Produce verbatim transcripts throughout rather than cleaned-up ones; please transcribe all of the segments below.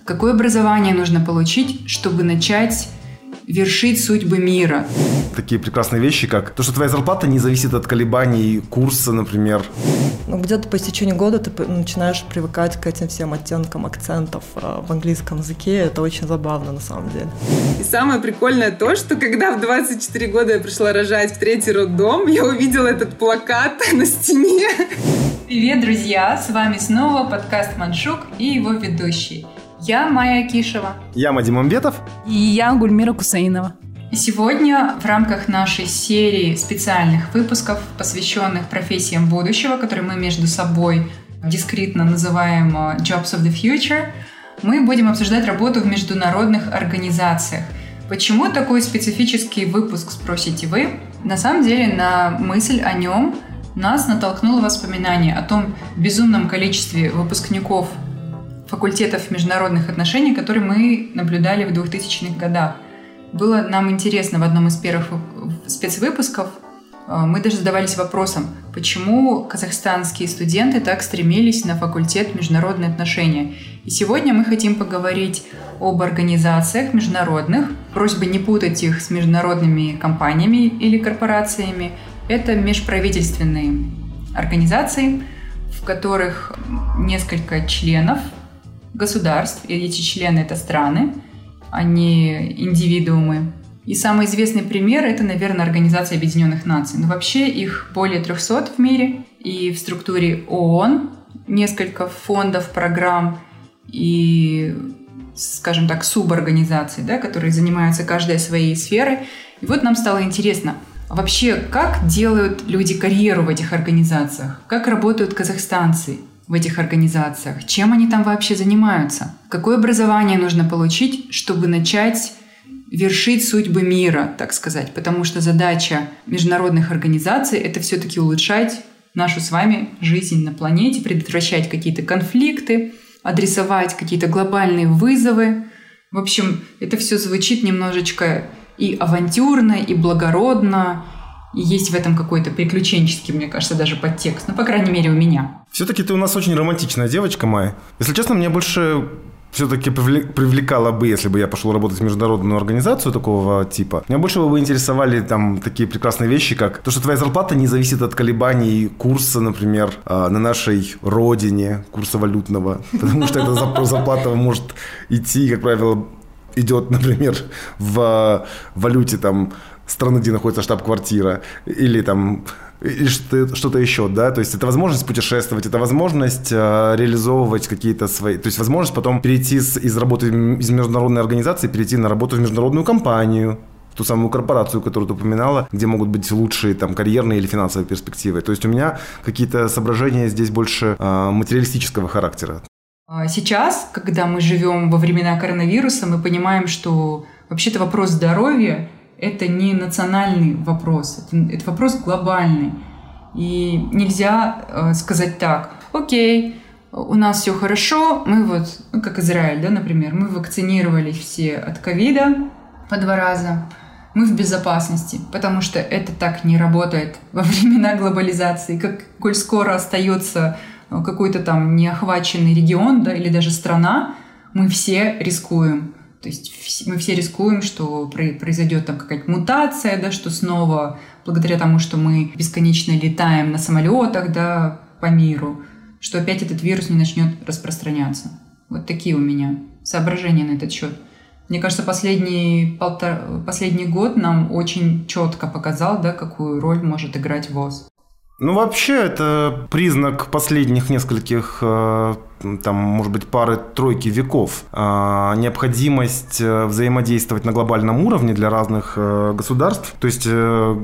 Какое образование нужно получить, чтобы начать вершить судьбы мира? Такие прекрасные вещи, как то, что твоя зарплата не зависит от колебаний курса, например. Ну, где-то по истечении года ты начинаешь привыкать к этим всем оттенкам акцентов в английском языке. Это очень забавно на самом деле. И самое прикольное то, что когда в двадцать четыре года я пришла рожать в третий роддом, я увидела этот плакат на стене. Привет, друзья! С вами снова подкаст «Маншук» и его ведущий. Я Майя Акишева. Я Мадим Амбетов. И я Гульмира Кусаинова. И сегодня в рамках нашей серии специальных выпусков, посвященных профессиям будущего, которые мы между собой дискретно называем Jobs of the Future, мы будем обсуждать работу в международных организациях. Почему такой специфический выпуск, спросите вы? На самом деле на мысль о нем нас натолкнуло воспоминание о том безумном количестве выпускников факультетов международных отношений, которые мы наблюдали в двухтысячных годах. Было нам интересно в одном из первых спецвыпусков, мы даже задавались вопросом, почему казахстанские студенты так стремились на факультет международные отношения. И сегодня мы хотим поговорить об организациях международных. Просьба не путать их с международными компаниями или корпорациями. Это межправительственные организации, в которых несколько членов государств, и эти члены – это страны, а не индивидуумы. И самый известный пример – это, наверное, Организация Объединенных Наций. Но вообще их более трехсот в мире, и в структуре ООН несколько фондов, программ и, скажем так, суборганизаций, да, которые занимаются каждой своей сферой. И вот нам стало интересно, вообще, как делают люди карьеру в этих организациях? Как работают казахстанцы в этих организациях? Чем они там вообще занимаются? Какое образование нужно получить, чтобы начать вершить судьбы мира, так сказать? Потому что задача международных организаций – это все-таки улучшать нашу с вами жизнь на планете, предотвращать какие-то конфликты, адресовать какие-то глобальные вызовы. В общем, это все звучит немножечко и авантюрно, и благородно, и есть в этом какой-то приключенческий, мне кажется, даже подтекст. Ну, по крайней мере, у меня. Все-таки ты у нас очень романтичная девочка, Майя. Если честно, мне больше все-таки привлекало бы, если бы я пошел работать в международную организацию такого типа. Меня больше бы интересовали там такие прекрасные вещи, как то, что твоя зарплата не зависит от колебаний курса, например, на нашей родине, курса валютного. Потому что эта зарплата может идти, как правило, идет, например, в валюте там страны, где находится штаб-квартира, или там или что-то еще, да, то есть это возможность путешествовать, это возможность э, реализовывать какие-то свои, то есть возможность потом перейти с, из работы из международной организации, перейти на работу в международную компанию, в ту самую корпорацию, которую ты упоминала, где могут быть лучшие там карьерные или финансовые перспективы. То есть у меня какие-то соображения здесь больше э, материалистического характера. Сейчас, когда мы живем во времена коронавируса, мы понимаем, что вообще-то вопрос здоровья – это не национальный вопрос, это, это вопрос глобальный. И нельзя э, сказать так: окей, у нас все хорошо, мы вот, ну, как Израиль, да, например, мы вакцинировались все от ковида по два раза, мы в безопасности, потому что это так не работает во времена глобализации. Как, коль скоро остается какой-то там неохваченный регион, да, или даже страна, мы все рискуем. То есть мы все рискуем, что произойдет там какая-то мутация, да, что снова, благодаря тому, что мы бесконечно летаем на самолетах, да, по миру, что опять этот вирус не начнет распространяться. Вот такие у меня соображения на этот счет. Мне кажется, последний, полтора, последний год нам очень четко показал, да, какую роль может играть ВОЗ. Ну, вообще, это признак последних нескольких, там, может быть, пары-тройки веков. Необходимость взаимодействовать на глобальном уровне для разных государств. То есть,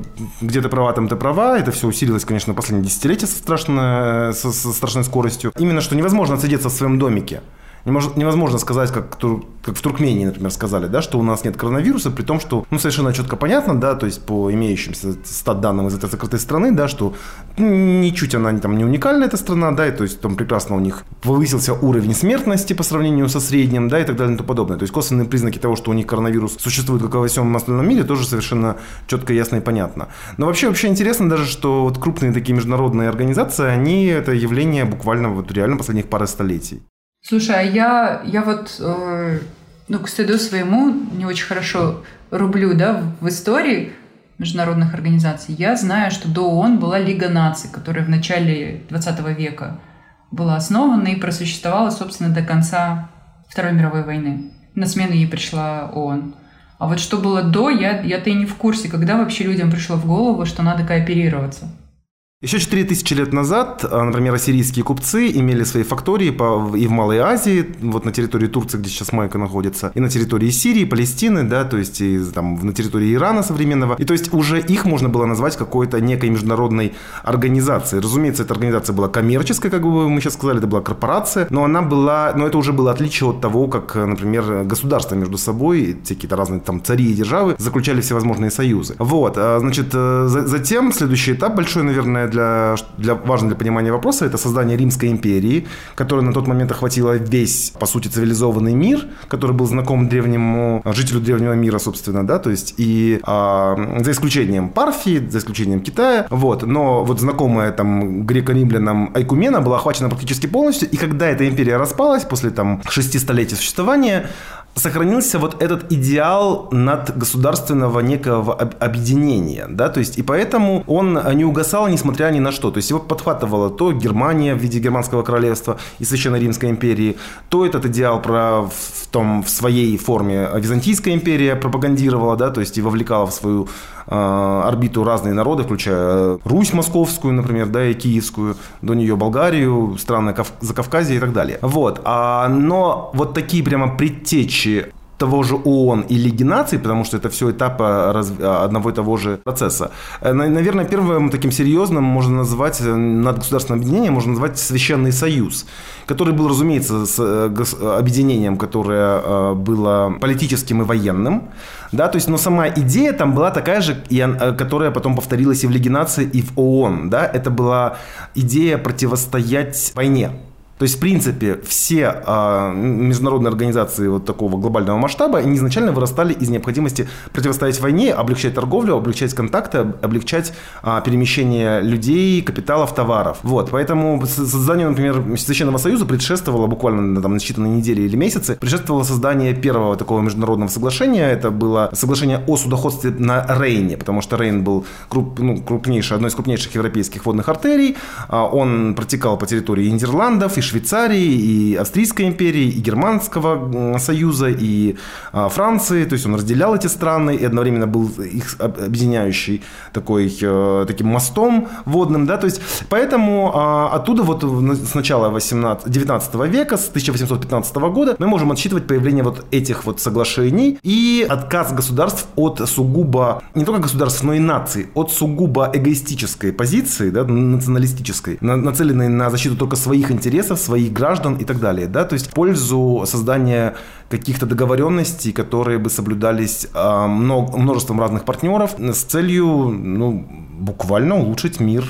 где ты права, там ты права. Это все усилилось, конечно, в последние десятилетия со страшной, со, со страшной скоростью. Именно что невозможно отсидеться в своем домике. Невозможно сказать, как, как в Туркмении, например, сказали, да, что у нас нет коронавируса, при том, что, ну, совершенно четко понятно, да, то есть по имеющимся стат-данным из этой закрытой страны, да, что ничуть она там не уникальна, эта страна, да, и то есть там прекрасно у них повысился уровень смертности по сравнению со средним, да, и так далее и тому подобное. То есть косвенные признаки того, что у них коронавирус существует, как и во всем остальном мире, тоже совершенно четко, ясно и понятно. Но вообще, вообще интересно даже, что вот крупные такие международные организации, они это явление буквально вот реально последних пары столетий. Слушай, а я, я вот, э, ну, к стыду своему не очень хорошо рублю, да, в, в истории международных организаций. Я знаю, что до ООН была Лига наций, которая в начале двадцатого века была основана и просуществовала, собственно, до конца Второй мировой войны. На смену ей пришла ООН. А вот что было до, я, я-то и не в курсе, когда вообще людям пришло в голову, что надо кооперироваться. Еще четыре тысячи лет назад, например, ассирийские купцы имели свои фактории по, и в Малой Азии, вот на территории Турции, где сейчас Майка находится, и на территории Сирии, Палестины, да, то есть и, там, на территории Ирана современного. И то есть уже их можно было назвать какой-то некой международной организацией. Разумеется, эта организация была коммерческой, как бы мы сейчас сказали, это была корпорация, но она была, но это уже было отличие от того, как, например, государства между собой, какие-то разные там цари и державы заключали всевозможные союзы. Вот, значит, затем следующий этап большой, наверное, Для, для, важно для понимания вопроса, это создание Римской империи, которая на тот момент охватила весь, по сути, цивилизованный мир, который был знаком древнему, жителю древнего мира, собственно, да, то есть и а, за исключением Парфии, за исключением Китая, вот, но вот знакомая там греко-римлянам Айкумена была охвачена практически полностью, и когда эта империя распалась после там шести столетий существования, сохранился вот этот идеал надгосударственного некого объединения, да, то есть и поэтому он не угасал, несмотря ни на что, то есть его подхватывала то Германия в виде Германского королевства и Священной Римской империи, то этот идеал про, в, том, в своей форме Византийская империя пропагандировала, да, то есть и вовлекала в свою э, орбиту разные народы, включая Русь московскую, например, да, и киевскую, до нее Болгарию, страны Кав... Закавказья и так далее. Вот, а, но вот такие прямо предтечи того же ООН и Лиги наций, потому что это все этапы разв... одного и того же процесса. Наверное, первым таким серьезным можно назвать, надгосударственное объединение, можно назвать Священный Союз, который был, разумеется, с объединением, которое было политическим и военным, да, то есть, но сама идея там была такая же, которая потом повторилась и в Лиге наций, и в ООН, да, это была идея противостоять войне. То есть, в принципе, все э, международные организации вот такого глобального масштаба, они изначально вырастали из необходимости противостоять войне, облегчать торговлю, облегчать контакты, облегчать э, перемещение людей, капиталов, товаров. Вот, поэтому созданию, например, Священного Союза предшествовало буквально там, на считанные недели или месяцы, предшествовало создание первого такого международного соглашения. Это было соглашение о судоходстве на Рейне, потому что Рейн был круп, ну, крупнейший, одной из крупнейших европейских водных артерий. Он протекал по территории Нидерландов и Швейцарии, и Австрийской империи, и Германского союза, и а, Франции. То есть он разделял эти страны и одновременно был их объединяющий такой, э, таким мостом водным. Да? То есть, поэтому а, оттуда вот с начала девятнадцатого века, с тысяча восемьсот пятнадцатого года, мы можем отсчитывать появление вот этих вот соглашений и отказ государств от сугубо, не только государств, но и наций, от сугубо эгоистической позиции, да, националистической, на, нацеленной на защиту только своих интересов, своих граждан и так далее, да, то есть в пользу создания каких-то договоренностей, которые бы соблюдались э, много, множеством разных партнеров с целью, ну, буквально улучшить мир,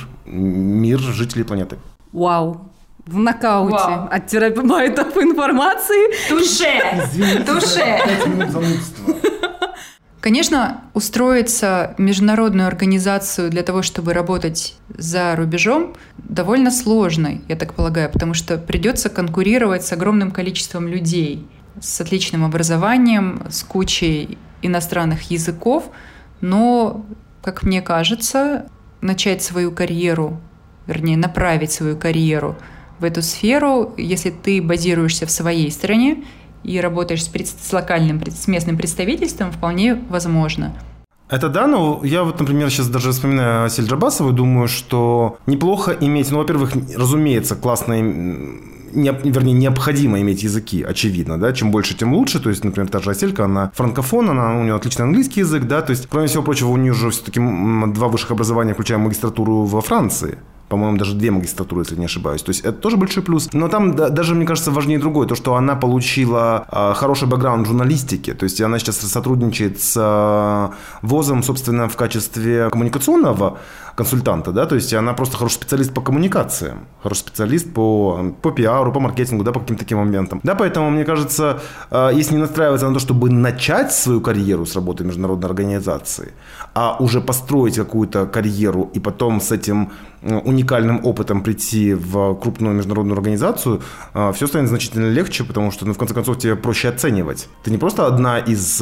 мир жителей планеты. Вау. В нокауте Вау. от терабайтов информации. Туше! Туше! Конечно, устроиться в международную организацию для того, чтобы работать за рубежом, довольно сложно, я так полагаю, потому что придется конкурировать с огромным количеством людей, с отличным образованием, с кучей иностранных языков, но, как мне кажется, начать свою карьеру, вернее, направить свою карьеру в эту сферу, если ты базируешься в своей стране и работаешь с, пред... с локальным, с местным представительством, вполне возможно. Это да, но я вот, например, сейчас даже вспоминаю Асель Джабасову, думаю, что неплохо иметь, ну, во-первых, разумеется, классно, не, вернее, необходимо иметь языки, очевидно, да, чем больше, тем лучше, то есть, например, та же Аселька, она франкофон, она, у нее отличный английский язык, да, то есть, кроме всего прочего, у нее же все-таки два высших образования, включая магистратуру во Франции. По-моему, даже две магистратуры, если не ошибаюсь. То есть это тоже большой плюс. Но там да, даже, мне кажется, важнее другое. То, что она получила э, хороший бэкграунд в журналистике. То есть она сейчас сотрудничает с э, ВОЗом, собственно, в качестве коммуникационного консультанта, да, то есть она просто хороший специалист по коммуникациям, хороший специалист по, по пиару, по маркетингу, да, по каким-то таким моментам. Да, поэтому, мне кажется, если не настраиваться на то, чтобы начать свою карьеру с работы в международной организации, а уже построить какую-то карьеру и потом с этим уникальным опытом прийти в крупную международную организацию, все станет значительно легче, потому что, ну, в конце концов, тебе проще оценивать. Ты не просто одна из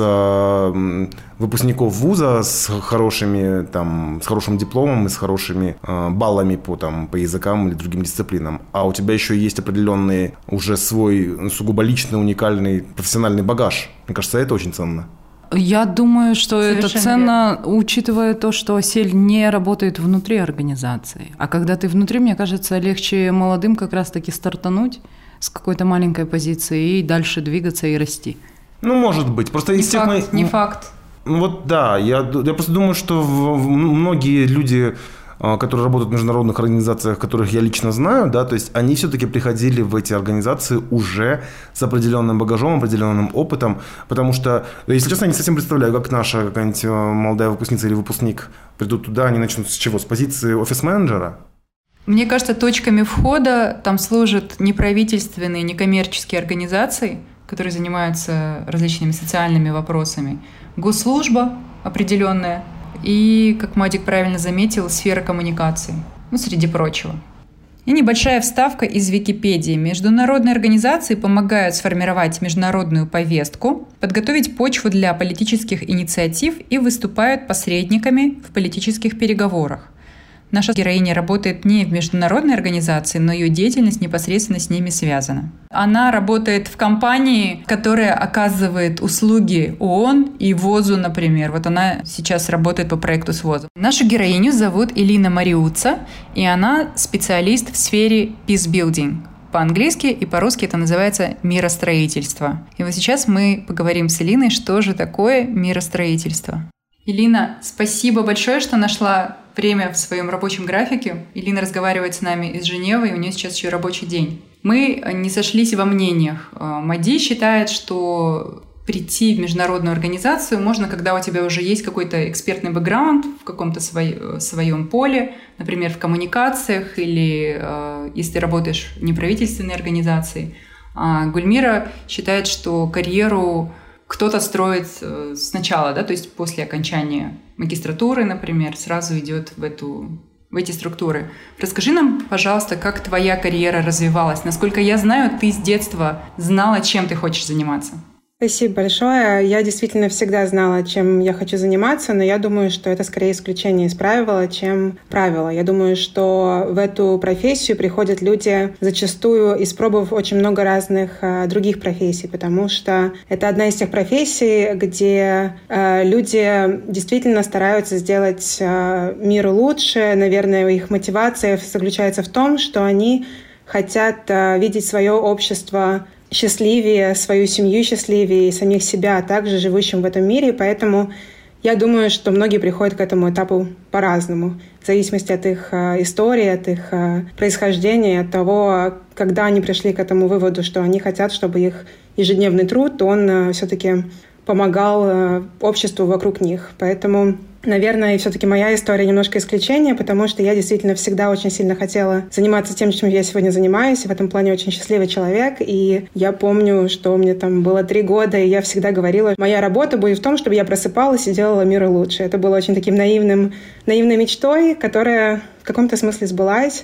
э, выпускников вуза с хорошими, там, с хорошим дипломом и с хорошими э, баллами по, там, по языкам или другим дисциплинам, а у тебя еще есть определенный уже свой сугубо личный, уникальный профессиональный багаж. Мне кажется, это очень ценно. Я думаю, что Совершенно это ценно, верно. Учитывая то, что осель не работает внутри организации. А когда ты внутри, мне кажется, легче молодым как раз-таки стартануть с какой-то маленькой позиции и дальше двигаться и расти. Ну, может быть. Просто не из тех факт, моих... не факт. Ну, вот да. Я, я просто думаю, что в, в многие люди, которые работают в международных организациях, которых я лично знаю, да, то есть они все-таки приходили в эти организации уже с определенным багажом, определенным опытом, потому что, если честно, я не совсем представляю, как наша какая-нибудь молодая выпускница или выпускник придут туда, они начнут с чего? С позиции офис-менеджера? Мне кажется, точками входа там служат неправительственные, некоммерческие организации, которые занимаются различными социальными вопросами, госслужба определенная, и, как Мадик правильно заметил, сфера коммуникаций, ну, среди прочего. И небольшая вставка из Википедии. Международные организации помогают сформировать международную повестку, подготовить почву для политических инициатив и выступают посредниками в политических переговорах. Наша героиня работает не в международной организации, но ее деятельность непосредственно с ними связана. Она работает в компании, которая оказывает услуги ООН и ВОЗу, например. Вот она сейчас работает по проекту с ВОЗом. Нашу героиню зовут Элина Мариуца, и она специалист в сфере peacebuilding. По-английски и по-русски это называется миростроительство. И вот сейчас мы поговорим с Элиной, что же такое миростроительство. Элина, спасибо большое, что нашла время в своем рабочем графике. Элина разговаривает с нами из Женевы, и у нее сейчас еще рабочий день. Мы не сошлись во мнениях. Мади считает, что прийти в международную организацию можно, когда у тебя уже есть какой-то экспертный бэкграунд в каком-то свой, своем поле, например, в коммуникациях или э, если ты работаешь в неправительственной организации. А Гульмира считает, что карьеру кто-то строит сначала, да, то есть после окончания магистратуры, например, сразу идет в, эту, в эти структуры. Расскажи нам, пожалуйста, как твоя карьера развивалась. Насколько я знаю, ты с детства знала, чем ты хочешь заниматься. Спасибо большое. Я действительно всегда знала, чем я хочу заниматься, но я думаю, что это скорее исключение из правила, чем правило. Я думаю, что в эту профессию приходят люди зачастую, испробовав очень много разных э, других профессий, потому что это одна из тех профессий, где э, люди действительно стараются сделать э, мир лучше. Наверное, их мотивация заключается в том, что они хотят э, видеть свое общество счастливее, свою семью счастливее и самих себя, а также живущим в этом мире. Поэтому я думаю, что многие приходят к этому этапу по-разному, в зависимости от их э, истории, от их э, происхождения, от того, когда они пришли к этому выводу, что они хотят, чтобы их ежедневный труд, он э, все-таки помогал э, обществу вокруг них. Поэтому, наверное, все-таки моя история немножко исключение, потому что я действительно всегда очень сильно хотела заниматься тем, чем я сегодня занимаюсь. В этом плане очень счастливый человек. И я помню, что мне там было три года, и я всегда говорила, моя работа будет в том, чтобы я просыпалась и делала мир лучше. Это было очень таким наивным, наивной мечтой, которая в каком-то смысле сбылась.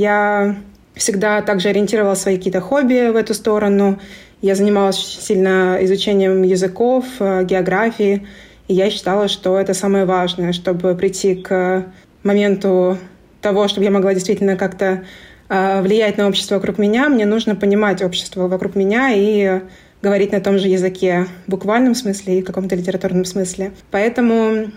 Я всегда также ориентировала свои какие-то хобби в эту сторону. Я занималась сильно изучением языков, географии. И я считала, что это самое важное, чтобы прийти к моменту того, чтобы я могла действительно как-то э, влиять на общество вокруг меня, мне нужно понимать общество вокруг меня и говорить на том же языке, в буквальном смысле и в каком-то литературном смысле. Поэтому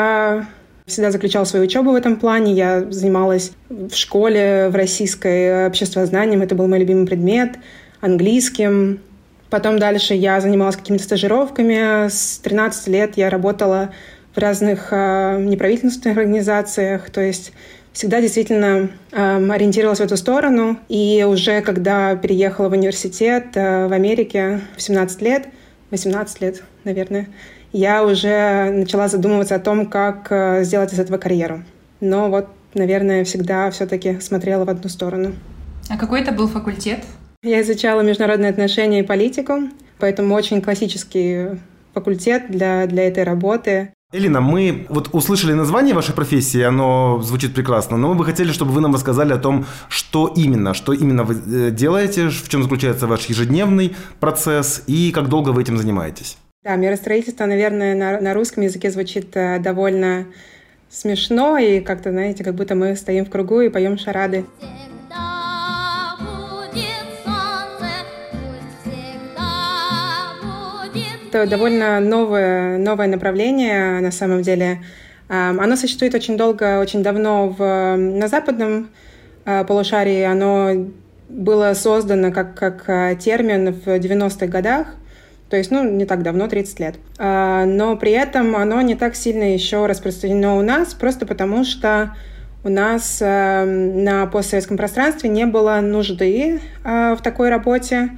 я всегда заключала свою учебу в этом плане. Я занималась в школе, в российской обществознанием. Это был мой любимый предмет, английским. Потом дальше я занималась какими-то стажировками. С тринадцати лет я работала в разных э, неправительственных организациях. То есть всегда действительно э, ориентировалась в эту сторону. И уже когда переехала в университет э, в Америке в семнадцать лет, восемнадцать лет, наверное, я уже начала задумываться о том, как э, сделать из этого карьеру. Но вот наверное, всегда все-таки смотрела в одну сторону. А какой это был факультет? Я изучала международные отношения и политику, поэтому очень классический факультет для, для этой работы. Элина, мы вот услышали название вашей профессии, оно звучит прекрасно, но мы бы хотели, чтобы вы нам рассказали о том, что именно, что именно вы делаете, в чем заключается ваш ежедневный процесс и как долго вы этим занимаетесь. Да, миростроительство, наверное, на, на русском языке звучит довольно смешно и как-то, знаете, как будто мы стоим в кругу и поем шарады. Это довольно новое, новое направление, на самом деле. Оно существует очень долго, очень давно в, на западном полушарии. Оно было создано как, как термин в девяностых годах, то есть, ну, не так давно, тридцать лет. Но при этом оно не так сильно еще распространено у нас, просто потому что у нас на постсоветском пространстве не было нужды в такой работе,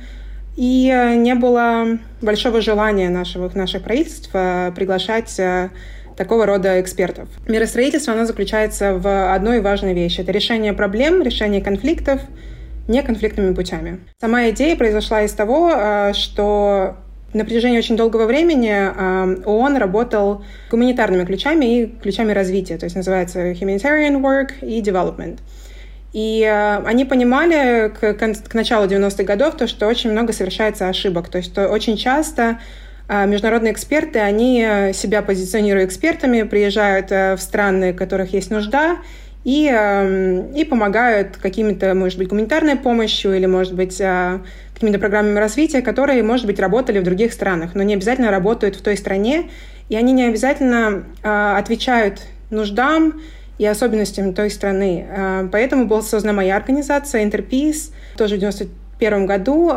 и не было большого желания наших, наших правительств приглашать такого рода экспертов. Миростроительство, оно заключается в одной важной вещи. Это решение проблем, решение конфликтов неконфликтными путями. Сама идея произошла из того, что на протяжении очень долгого времени ООН работал гуманитарными ключами и ключами развития, то есть называется humanitarian work и development. И э, они понимали к, к началу девяностых годов то, что очень много совершается ошибок. То есть что очень часто э, международные эксперты, они себя позиционируют экспертами, приезжают э, в страны, в которых есть нужда, и, э, и помогают какими-то, может быть, гуманитарной помощью или, может быть, э, какими-то программами развития, которые, может быть, работали в других странах, но не обязательно работают в той стране, и они не обязательно э, отвечают нуждам и особенностям той страны. Поэтому была создана моя организация Interpeace, тоже в девяносто первом году,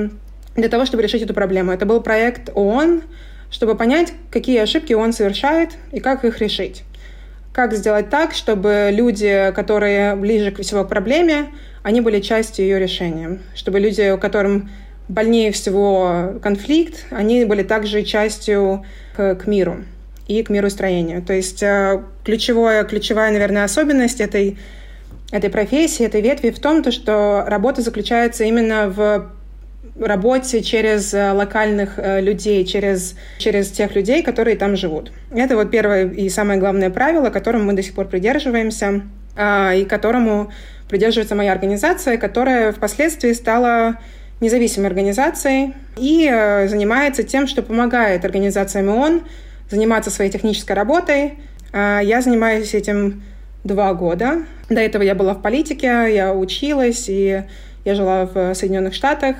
для того, чтобы решить эту проблему. Это был проект ООН, чтобы понять, какие ошибки ООН совершает и как их решить. Как сделать так, чтобы люди, которые ближе всего к проблеме, они были частью ее решения. Чтобы люди, у которых больнее всего конфликт, они были также частью к, к миру и к миростроению. То есть ключевая, ключевая, наверное, особенность этой, этой профессии, этой ветви в том, что работа заключается именно в работе через локальных людей, через, через тех людей, которые там живут. Это вот первое и самое главное правило, которому мы до сих пор придерживаемся, и которому придерживается моя организация, которая впоследствии стала независимой организацией и занимается тем, что помогает организациям ООН заниматься своей технической работой. Я занимаюсь этим два года. До этого я была в политике, я училась, и я жила в Соединенных Штатах.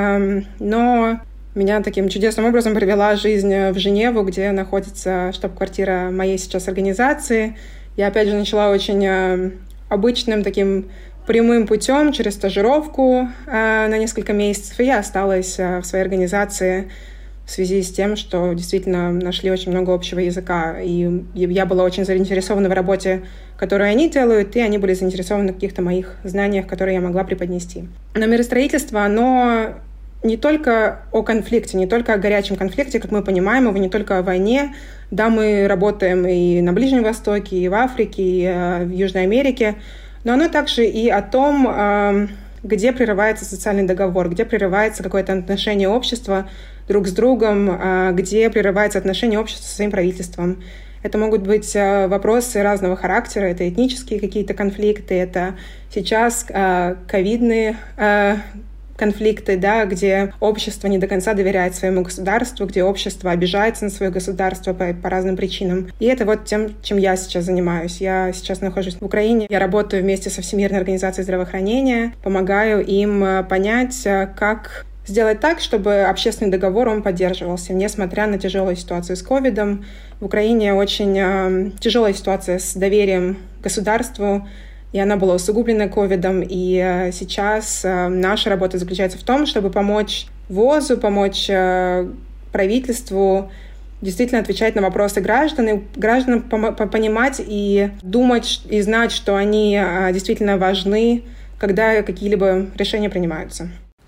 Но меня таким чудесным образом привела жизнь в Женеву, где находится штаб-квартира моей сейчас организации. Я, опять же, начала очень обычным таким прямым путем, через стажировку на несколько месяцев, и я осталась в своей организации в связи с тем, что действительно нашли очень много общего языка. И я была очень заинтересована в работе, которую они делают, и они были заинтересованы в каких-то моих знаниях, которые я могла преподнести. Но миростроительство, оно не только о конфликте, не только о горячем конфликте, как мы понимаем, его не только о войне. Да, мы работаем и на Ближнем Востоке, и в Африке, и в Южной Америке, но оно также и о том, где прерывается социальный договор, где прерывается какое-то отношение общества друг с другом, где прерывается отношение общества со своим правительством. Это могут быть вопросы разного характера, это этнические какие-то конфликты, это сейчас ковидные конфликты, да, где общество не до конца доверяет своему государству, где общество обижается на свое государство по, по разным причинам. И это вот тем, чем я сейчас занимаюсь. Я сейчас нахожусь в Украине, я работаю вместе со Всемирной организацией здравоохранения, помогаю им понять, как сделать так, чтобы общественный договор, он поддерживался, несмотря на тяжелую ситуацию с ковидом. В Украине очень э, тяжелая ситуация с доверием к государству, и она была усугублена ковидом. И э, сейчас э, наша работа заключается в том, чтобы помочь ВОЗу, помочь э, правительству действительно отвечать на вопросы граждан, и гражданам понимать и думать, и знать, что они э, действительно важны, когда какие-либо решения принимаются.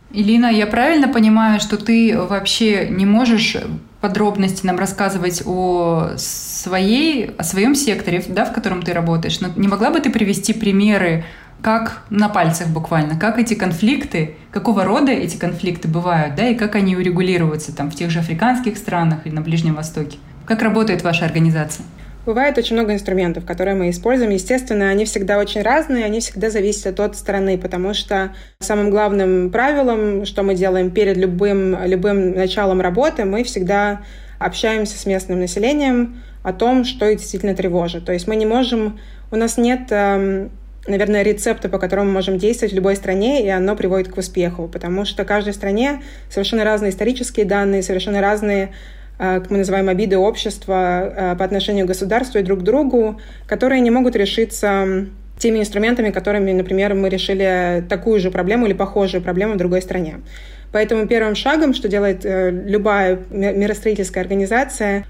Илина, я правильно понимаю, что ты вообще не можешь подробности нам рассказывать о своей, о своем секторе, да, в котором ты работаешь, но не могла бы ты привести примеры, как на пальцах буквально, как эти конфликты, какого рода эти конфликты бывают, да, и как они урегулируются там в тех же африканских странах или на Ближнем Востоке? Как работает ваша организация? Бывает очень много инструментов, которые мы используем. Естественно, они всегда очень разные, они всегда зависят от страны, потому что самым главным правилом, что мы делаем перед любым, любым началом работы, мы всегда общаемся с местным населением о том, что их действительно тревожит. То есть мы не можем... У нас нет, наверное, рецепта, по которому мы можем действовать в любой стране, и оно приводит к успеху, потому что в каждой стране совершенно разные исторические данные, совершенно разные, как мы называем, обиды общества по отношению к государству и друг к другу, которые не могут решиться теми инструментами, которыми, например, мы решили такую же проблему или похожую проблему в другой стране. Поэтому первым шагом, что делает любая миростроительская организация,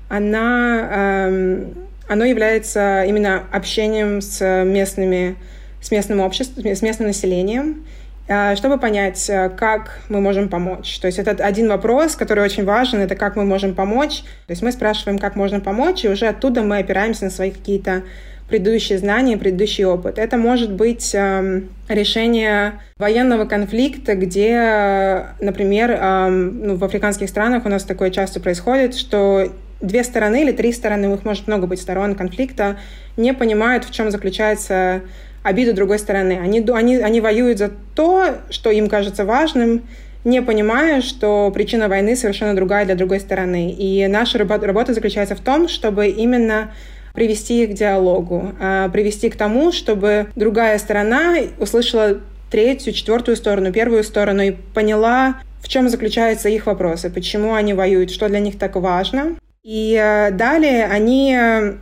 она, оно является именно общением с местными, с местным обществом, с местным населением, чтобы понять, как мы можем помочь. То есть это один вопрос, который очень важен, это как мы можем помочь. То есть мы спрашиваем, как можно помочь, и уже оттуда мы опираемся на свои какие-то предыдущие знания, предыдущий опыт. Это может быть э, решение военного конфликта, где, например, э, ну, в африканских странах у нас такое часто происходит, что две стороны или три стороны, у них может много быть сторон конфликта, не понимают, в чем заключается обиду другой стороны. Они, они, они воюют за то, что им кажется важным, не понимая, что причина войны совершенно другая для другой стороны. И наша работа заключается в том, чтобы именно привести их к диалогу, привести к тому, чтобы другая сторона услышала третью, четвертую сторону, первую сторону и поняла, в чем заключаются их вопросы, почему они воюют, что для них так важно. И далее они...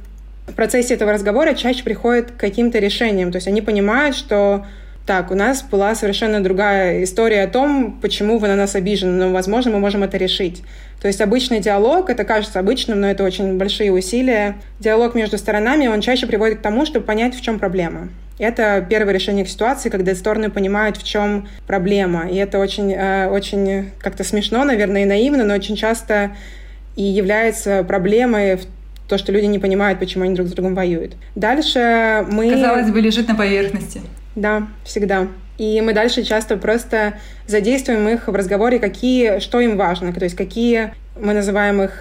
В процессе этого разговора чаще приходят к каким-то решениям. То есть они понимают, что так, у нас была совершенно другая история о том, почему вы на нас обижены, но, возможно, мы можем это решить. То есть обычный диалог, это кажется обычным, но это очень большие усилия. Диалог между сторонами, он чаще приводит к тому, чтобы понять, в чем проблема. Это первое решение к ситуации, когда стороны понимают, в чем проблема. И это очень, очень как-то смешно, наверное, и наивно, но очень часто и является проблемой в то, что люди не понимают, почему они друг с другом воюют. Дальше мы... Казалось бы, лежит на поверхности. Да, всегда. И мы дальше часто просто задействуем их в разговоре, какие, что им важно. То есть какие, мы называем их,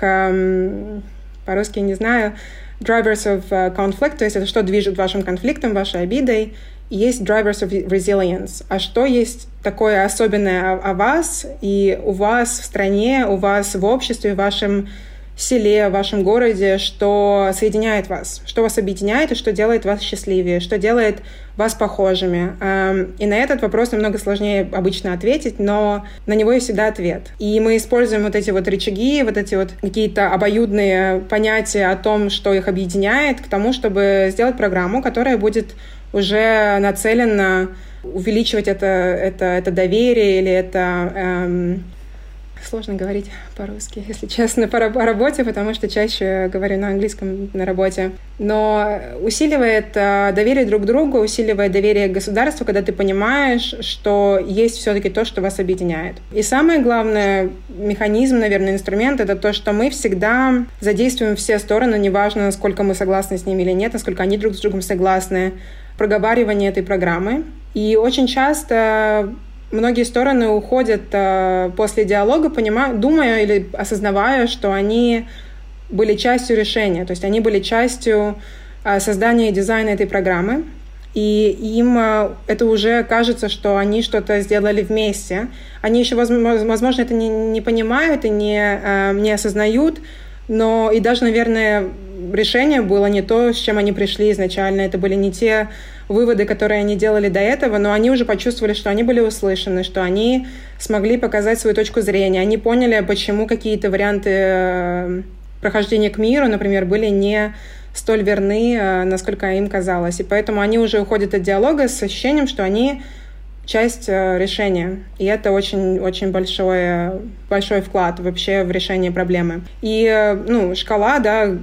эм, по-русски не знаю, drivers of conflict, то есть это что движет вашим конфликтом, вашей обидой. И есть drivers of resilience. А что есть такое особенное о, о вас и у вас в стране, у вас в обществе, в вашем селе, в вашем городе, что соединяет вас, что вас объединяет и что делает вас счастливее, что делает вас похожими. И на этот вопрос намного сложнее обычно ответить, но на него есть всегда ответ. И мы используем вот эти вот рычаги, вот эти вот какие-то обоюдные понятия о том, что их объединяет, к тому, чтобы сделать программу, которая будет уже нацелена увеличивать это, это, это доверие или это... Эм, Сложно говорить по-русски, если честно, по работе, потому что чаще говорю на английском на работе. Но усиливает доверие друг к другу, усиливает доверие к государству, когда ты понимаешь, что есть все-таки то, что вас объединяет. И самый главный механизм, наверное, инструмент — это то, что мы всегда задействуем все стороны, неважно, насколько мы согласны с ними или нет, насколько они друг с другом согласны, проговаривание этой программы. И очень часто... Многие стороны уходят э, после диалога, понимая, думая или осознавая, что они были частью решения, то есть они были частью э, создания и дизайна этой программы, и им э, это уже кажется, что они что-то сделали вместе. Они еще, возможно, это не, не понимают и не, э, не осознают, но и даже, наверное, решение было не то, с чем они пришли изначально, это были не те выводы, которые они делали до этого, но они уже почувствовали, что они были услышаны, что они смогли показать свою точку зрения, они поняли, почему какие-то варианты прохождения к миру, например, были не столь верны, насколько им казалось. И поэтому они уже уходят от диалога с ощущением, что они часть решения. И это очень-очень большой, большой вклад вообще в решение проблемы. И ну, шкала, да,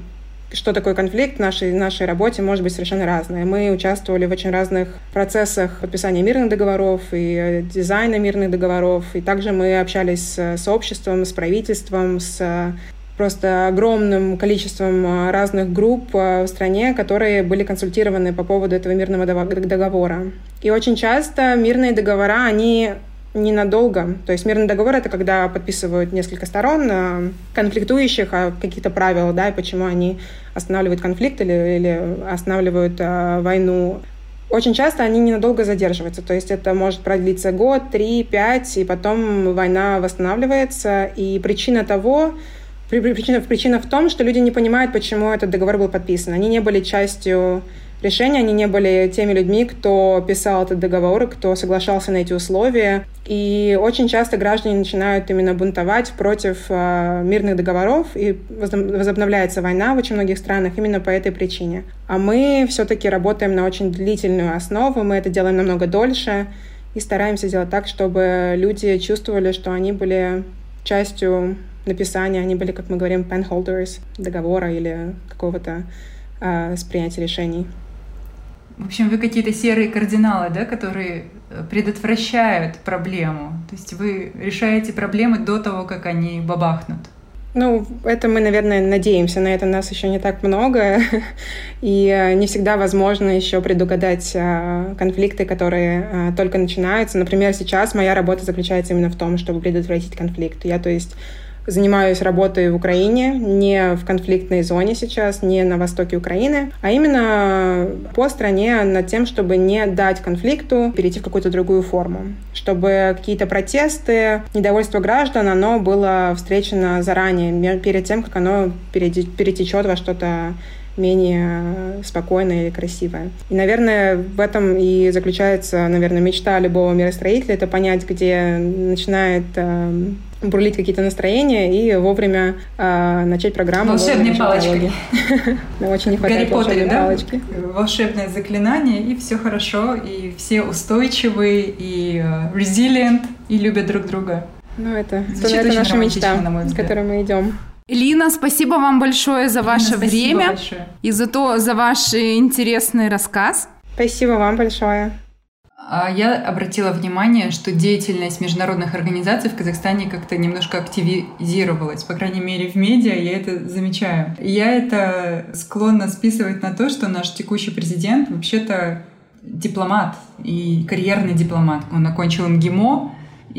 что такое конфликт в нашей, нашей работе может быть совершенно разное. Мы участвовали в очень разных процессах подписания мирных договоров и дизайна мирных договоров, и также мы общались с сообществом, с правительством, с просто огромным количеством разных групп в стране, которые были консультированы по поводу этого мирного договора. И очень часто мирные договора, они ненадолго. То есть мирный договор — это когда подписывают несколько сторон конфликтующих о каких-то правилах, да, и почему они останавливают конфликт или, или останавливают а, войну. Очень часто они ненадолго задерживаются. То есть это может продлиться год, три, пять, и потом война восстанавливается. И причина того, причина, причина в том, что люди не понимают, почему этот договор был подписан. Они не были частью решения, они не были теми людьми, кто писал этот договор, кто соглашался на эти условия. И очень часто граждане начинают именно бунтовать против э, мирных договоров, и возобновляется война в очень многих странах именно по этой причине. А мы все-таки работаем на очень длительную основу, мы это делаем намного дольше и стараемся сделать так, чтобы люди чувствовали, что они были частью написания, они были, как мы говорим, penholders договора или какого-то э, принятия решений. В общем, вы какие-то серые кардиналы, да, которые предотвращают проблему. То есть вы решаете проблемы до того, как они бабахнут. Ну, это мы, наверное, надеемся. На это нас еще не так много. И не всегда возможно еще предугадать конфликты, которые только начинаются. Например, сейчас моя работа заключается именно в том, чтобы предотвратить конфликт. Я, то есть, занимаюсь работой в Украине, не в конфликтной зоне сейчас, не на востоке Украины, а именно по стране над тем, чтобы не дать конфликту перейти в какую-то другую форму. Чтобы какие-то протесты, недовольство граждан, оно было встречено заранее, перед тем, как оно перетечет во что-то менее спокойное и красивое. И, наверное, в этом и заключается, наверное, мечта любого миростроителя — это понять, где начинает э, бурлить какие-то настроения и вовремя э, начать программу. Волшебной палочкой. Очень не хватает волшебной палочки. Волшебное заклинание, и все хорошо, и все устойчивые, и resilient, и любят друг друга. Ну, это наша мечта, к которой мы идем. Лина, спасибо вам большое за ваше Лина, время большое. И за то, за ваш интересный рассказ. Спасибо вам большое. Я обратила внимание, что деятельность международных организаций в Казахстане как-то немножко активизировалась. По крайней мере, в медиа я это замечаю. И я это склонна списывать на то, что наш текущий президент вообще-то дипломат и карьерный дипломат. Он окончил МГИМО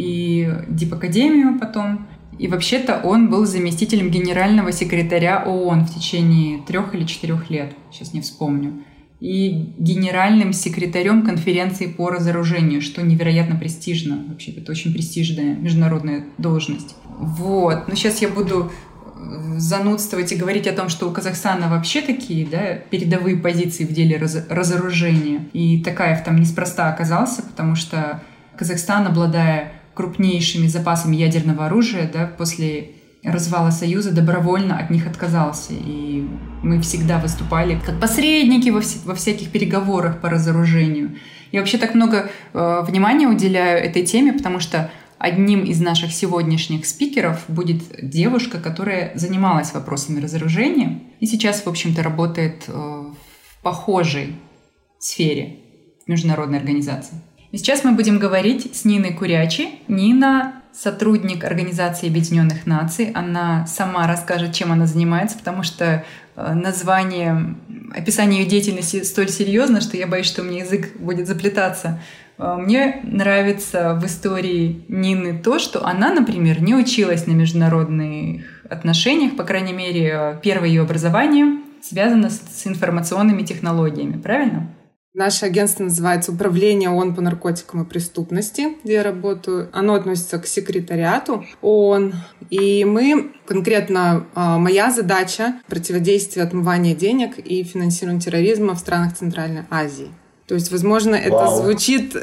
и дипакадемию потом. И вообще-то он был заместителем генерального секретаря ООН в течение трех или четырех лет, сейчас не вспомню, и генеральным секретарем конференции по разоружению, что невероятно престижно. Вообще, это очень престижная международная должность. Вот. Но сейчас я буду занудствовать и говорить о том, что у Казахстана вообще такие, да, передовые позиции в деле раз- разоружения. И Токаев там неспроста оказался, потому что Казахстан, обладая крупнейшими запасами ядерного оружия, да, после развала Союза добровольно от них отказался. И мы всегда выступали как посредники во, вс- во всяких переговорах по разоружению. Я вообще так много э, внимания уделяю этой теме, потому что одним из наших сегодняшних спикеров будет девушка, которая занималась вопросами разоружения и сейчас, в общем-то, работает э, в похожей сфере в международной организации. И сейчас мы будем говорить с Ниной Курячи. Нина — сотрудник Организации Объединенных Наций. Она сама расскажет, чем она занимается, потому что название, описание ее деятельности столь серьезно, что я боюсь, что у меня язык будет заплетаться. Мне нравится в истории Нины то, что она, например, не училась на международных отношениях, по крайней мере, первое ее образование связано с информационными технологиями, правильно? Наше агентство называется «Управление ООН по наркотикам и преступности», где я работаю. Оно относится к секретариату ООН. И мы, конкретно моя задача — противодействие отмывания денег и финансированию терроризма в странах Центральной Азии. То есть, возможно, это Вау. звучит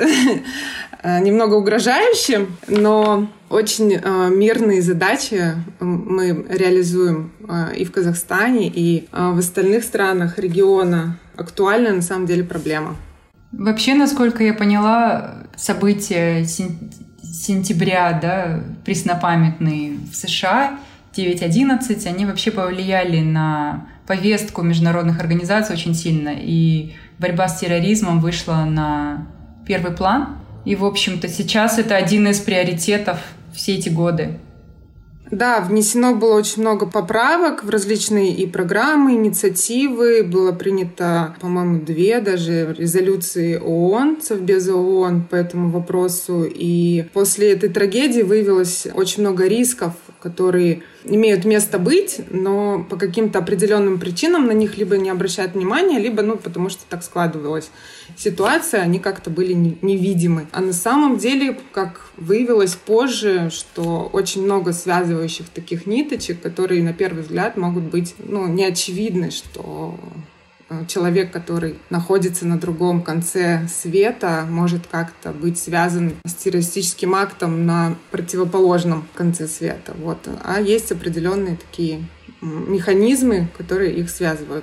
немного угрожающе, но очень мирные задачи мы реализуем и в Казахстане, и в остальных странах региона. Актуальная на самом деле проблема. Вообще, насколько я поняла, события сен- сентября, да, преснопамятные в США, девять одиннадцать, они вообще повлияли на повестку международных организаций очень сильно, и борьба с терроризмом вышла на первый план. И, в общем-то, сейчас это один из приоритетов все эти годы. Да, внесено было очень много поправок в различные и программы, инициативы. Было принято, по-моему, две даже резолюции ООН, Совбеза ООН по этому вопросу. И после этой трагедии выявилось очень много рисков, которые имеют место быть, но по каким-то определенным причинам на них либо не обращают внимания, либо, ну, потому что так складывалась ситуация, они как-то были невидимы. А на самом деле, как выявилось позже, что очень много связывающих таких ниточек, которые на первый взгляд могут быть, ну, неочевидны, что человек, который находится на другом конце света, может как-то быть связан с террористическим актом на противоположном конце света. Вот. А есть определенные такие механизмы, которые их связывают.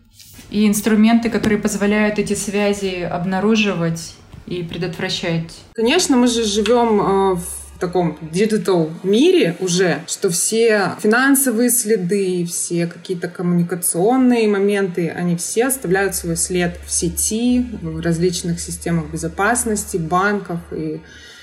И инструменты, которые позволяют эти связи обнаруживать и предотвращать. Конечно, мы же живем в в таком диджитал мире уже, что все финансовые следы, все какие-то коммуникационные моменты, они все оставляют свой след в сети, в различных системах безопасности, банков и,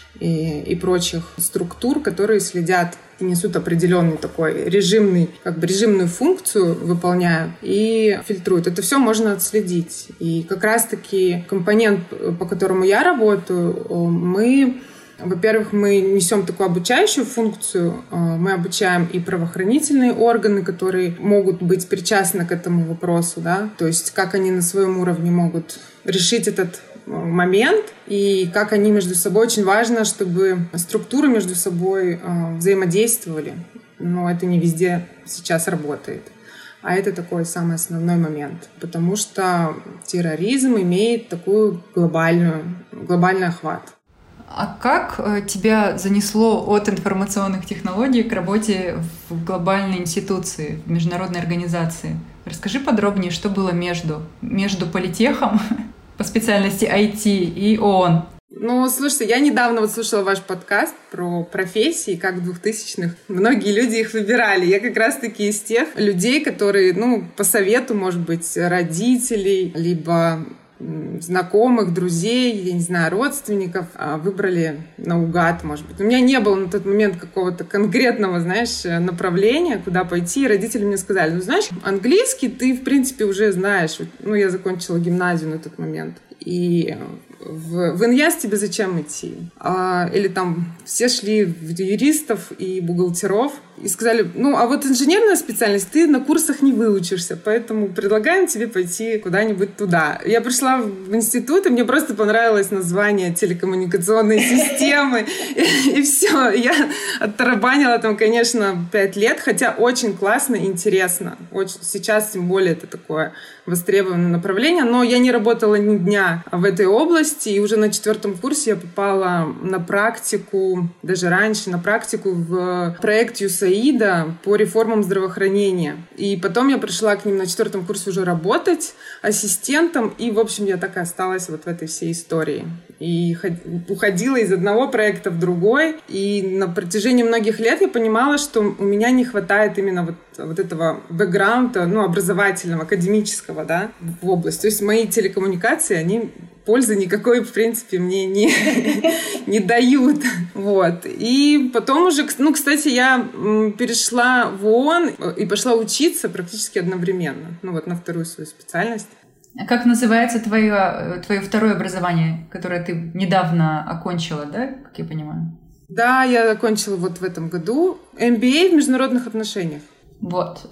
и, и прочих структур, которые следят и несут определенный такой режимный, как бы режимную функцию, выполняют и фильтруют. Это все можно отследить. И как раз-таки компонент, по которому я работаю, мы... Во-первых, мы несем такую обучающую функцию. Мы обучаем и правоохранительные органы, которые могут быть причастны к этому вопросу, да, то есть как они на своем уровне могут решить этот момент и как они между собой. Очень важно, чтобы структуры между собой взаимодействовали, но это не везде сейчас работает. А это такой самый основной момент, потому что терроризм имеет такую глобальную, глобальный охват. А как тебя занесло от информационных технологий к работе в глобальной институции, в международной организации? Расскажи подробнее, что было между, между политехом по специальности ай ти и ООН. Ну, слушайте, я недавно вот слушала ваш подкаст про профессии, как в двухтысячных. Многие люди их выбирали. Я как раз-таки из тех людей, которые, ну, по совету, может быть, родителей, либо знакомых, друзей, я не знаю, родственников, выбрали наугад, может быть. У меня не было на тот момент какого-то конкретного, знаешь, направления, куда пойти. И родители мне сказали, ну, знаешь, английский ты, в принципе, уже знаешь. Ну, я закончила гимназию на тот момент. И в, в ИНЯС тебе зачем идти? А, или там все шли в юристов и бухгалтеров и сказали, ну, а вот инженерная специальность ты на курсах не выучишься, поэтому предлагаем тебе пойти куда-нибудь туда. Я пришла в институт, и мне просто понравилось название телекоммуникационной системы, и все. Я оттарабанила там, конечно, пять лет, хотя очень классно и интересно. Сейчас, тем более, это такое востребованное направление, но я не работала ни дня в этой области, и уже на четвертом курсе я попала на практику, даже раньше, на практику в проект ю эс эй ай ди по реформам здравоохранения. И потом я пришла к ним на четвертом курсе уже работать ассистентом, и, в общем, я так и осталась вот в этой всей истории. И уходила из одного проекта в другой, и на протяжении многих лет я понимала, что у меня не хватает именно вот, вот этого бэкграунда, ну, образовательного, академического, да, в области. То есть мои телекоммуникации, они пользы никакой, в принципе, мне не, не дают. Вот. И потом уже, ну, кстати, я перешла в ООН и пошла учиться практически одновременно, ну, вот на вторую свою специальность. А как называется твое, твое второе образование, которое ты недавно окончила, да, как я понимаю? Да, я окончила вот в этом году эм би эй в международных отношениях. Вот.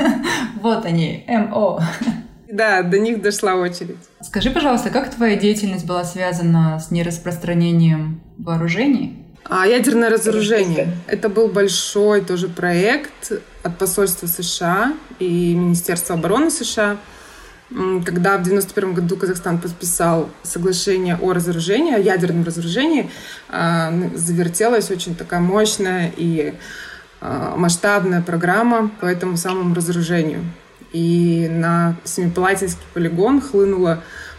Вот они, эм о. Да, до них дошла очередь. Скажи, пожалуйста, как твоя деятельность была связана с нераспространением вооружений? А, ядерное разоружение. Это был большой тоже проект от посольства США и Министерства обороны США, когда в девяносто первом году Казахстан подписал соглашение о разоружении, о ядерном разоружении, завертелась очень такая мощная и масштабная программа по этому самому разоружению. И на Семипалатинский полигон хлынуло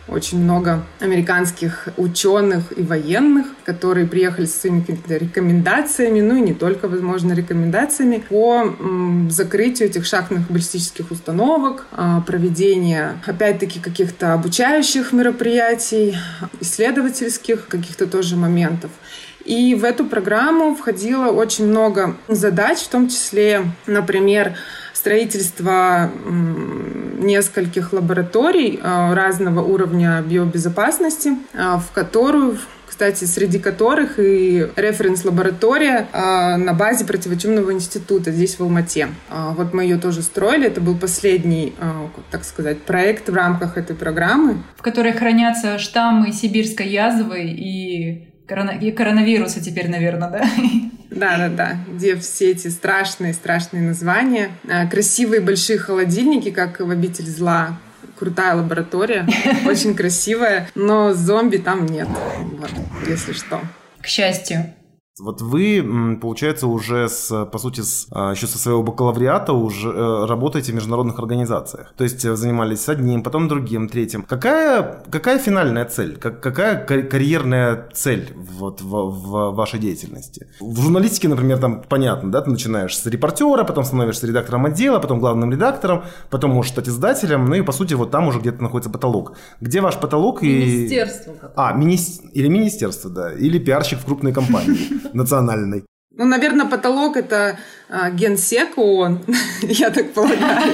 очень много американских ученых и военных, которые приехали со своими рекомендациями, ну и не только, возможно, рекомендациями по м, закрытию этих шахтных баллистических установок, э, проведения, опять-таки, каких-то обучающих мероприятий, исследовательских каких-то тоже моментов. И в эту программу входило очень много задач, в том числе, например, строительство нескольких лабораторий разного уровня биобезопасности, в которую, кстати, среди которых и референс-лаборатория на базе противочумного института здесь, в Алмате. Вот мы ее тоже строили. Это был последний, так сказать, проект в рамках этой программы. В которой хранятся штаммы сибирской язвы и и коронавируса теперь, наверное, да? Да-да-да, где все эти страшные-страшные названия. Красивые большие холодильники, как в «Обитель зла». Крутая лаборатория, очень красивая, но зомби там нет, вот, если что. К счастью. Вот вы, получается, уже, с, по сути, с, еще со своего бакалавриата уже работаете в международных организациях. То есть занимались одним, потом другим, третьим. Какая, какая финальная цель? Как, какая карьерная цель вот в, в вашей деятельности? В журналистике, например, там понятно, да, ты начинаешь с репортера, потом становишься редактором отдела, потом главным редактором, потом можешь стать издателем, ну и, по сути, вот там уже где-то находится потолок. Где ваш потолок? Министерство. И... А, мини... или министерство, да, или пиарщик в крупной компании. Национальной. Ну, наверное, потолок — это а, генсек ООН, я так полагаю.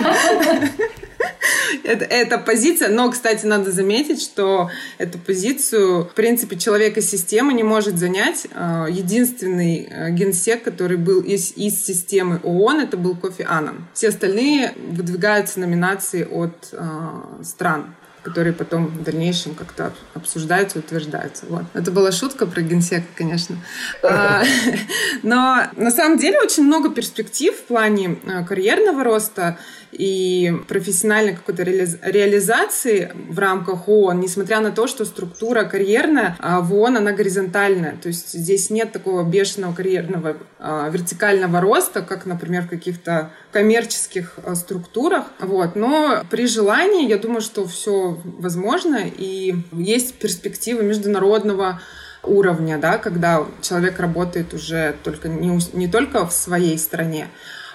это, это позиция, но, кстати, надо заметить, что эту позицию, в принципе, человек из системы не может занять. Единственный генсек, который был из, из системы ООН, это был Кофи Аннан. Все остальные выдвигаются номинации от а, стран, которые потом в дальнейшем как-то обсуждаются, утверждаются. Вот. Это была шутка про генсека, конечно. Но на самом деле очень много перспектив в плане карьерного роста и профессиональной какой-то реализации в рамках ООН, несмотря на то, что структура карьерная в ООН, она горизонтальная. То есть здесь нет такого бешеного карьерного вертикального роста, как, например, в каких-то коммерческих структурах. Вот. Но при желании, я думаю, что все возможно, и есть перспективы международного уровня, да, когда человек работает уже только не, не только в своей стране,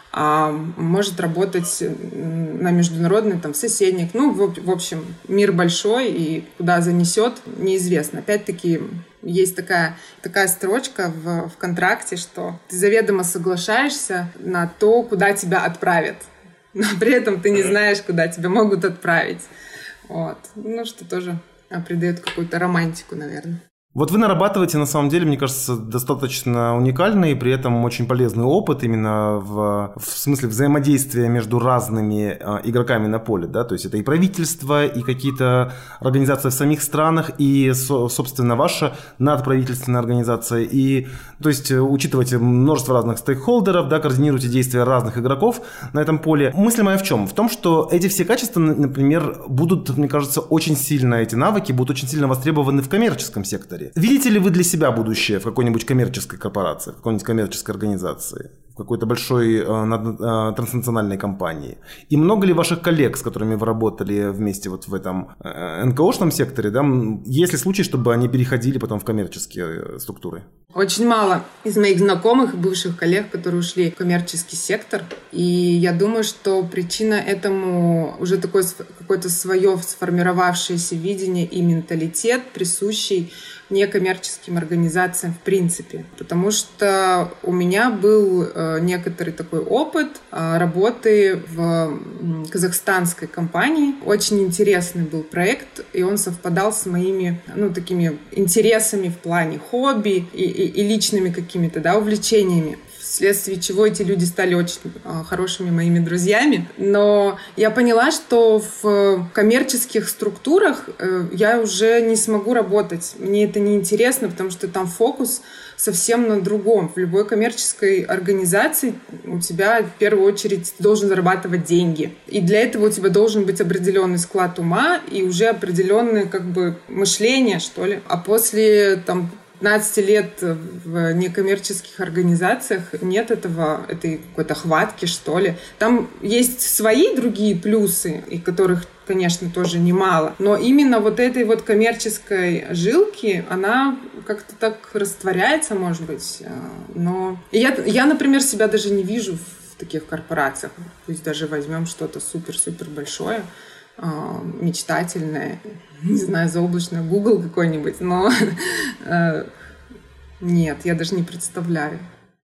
а может работать на международной, там, в соседних. Ну, в, в общем, мир большой, и куда занесет, неизвестно. Опять-таки, есть такая, такая строчка в, в контракте, что ты заведомо соглашаешься на то, куда тебя отправят, но при этом ты не знаешь, куда тебя могут отправить. Вот. Ну, что тоже придает какую-то романтику, наверное. Вот вы нарабатываете, на самом деле, мне кажется, достаточно уникальный и при этом очень полезный опыт именно в, в смысле взаимодействия между разными э, игроками на поле, да, то есть это и правительство, и какие-то организации в самих странах, и, со, собственно, ваша надправительственная организация, и, то есть, учитываете множество разных стейкхолдеров, да, координируете действия разных игроков на этом поле. Мысль моя в чем? В том, что эти все качества, например, будут, мне кажется, очень сильно, эти навыки будут очень сильно востребованы в коммерческом секторе. Видите ли вы для себя будущее в какой-нибудь коммерческой корпорации, в какой-нибудь коммерческой организации, в какой-то большой э, э, транснациональной компании? И много ли ваших коллег, с которыми вы работали вместе вот в этом э, эн ка о-шном секторе, да, есть ли случаи, чтобы они переходили потом в коммерческие структуры? Очень мало из моих знакомых и бывших коллег, которые ушли в коммерческий сектор. И я думаю, что причина этому уже такое какое-то свое сформировавшееся видение и менталитет, присущий некоммерческим организациям в принципе. Потому что у меня был э, некоторый такой опыт э, работы в казахстанской компании. Очень интересный был проект, и он совпадал с моими, ну, такими интересами в плане хобби и, и, и личными какими-то, да, увлечениями, вследствие чего эти люди стали очень э, хорошими моими друзьями. Но я поняла, что в коммерческих структурах э, я уже не смогу работать. Мне это неинтересно, потому что там фокус совсем на другом. В любой коммерческой организации у тебя в первую очередь должен зарабатывать деньги. И для этого у тебя должен быть определенный склад ума и уже определенное как бы мышление, что ли. А после там пятнадцать лет в некоммерческих организациях нет этого, этой какой-то хватки, что ли. Там есть свои другие плюсы, и которых конечно, тоже немало. Но именно вот этой вот коммерческой жилки, она как-то так растворяется, может быть. Но я, я, например, себя даже не вижу в таких корпорациях. Пусть даже возьмем что-то супер-супер большое, мечтательное, не знаю, заоблачное, Google какой-нибудь, но нет, я даже не представляю.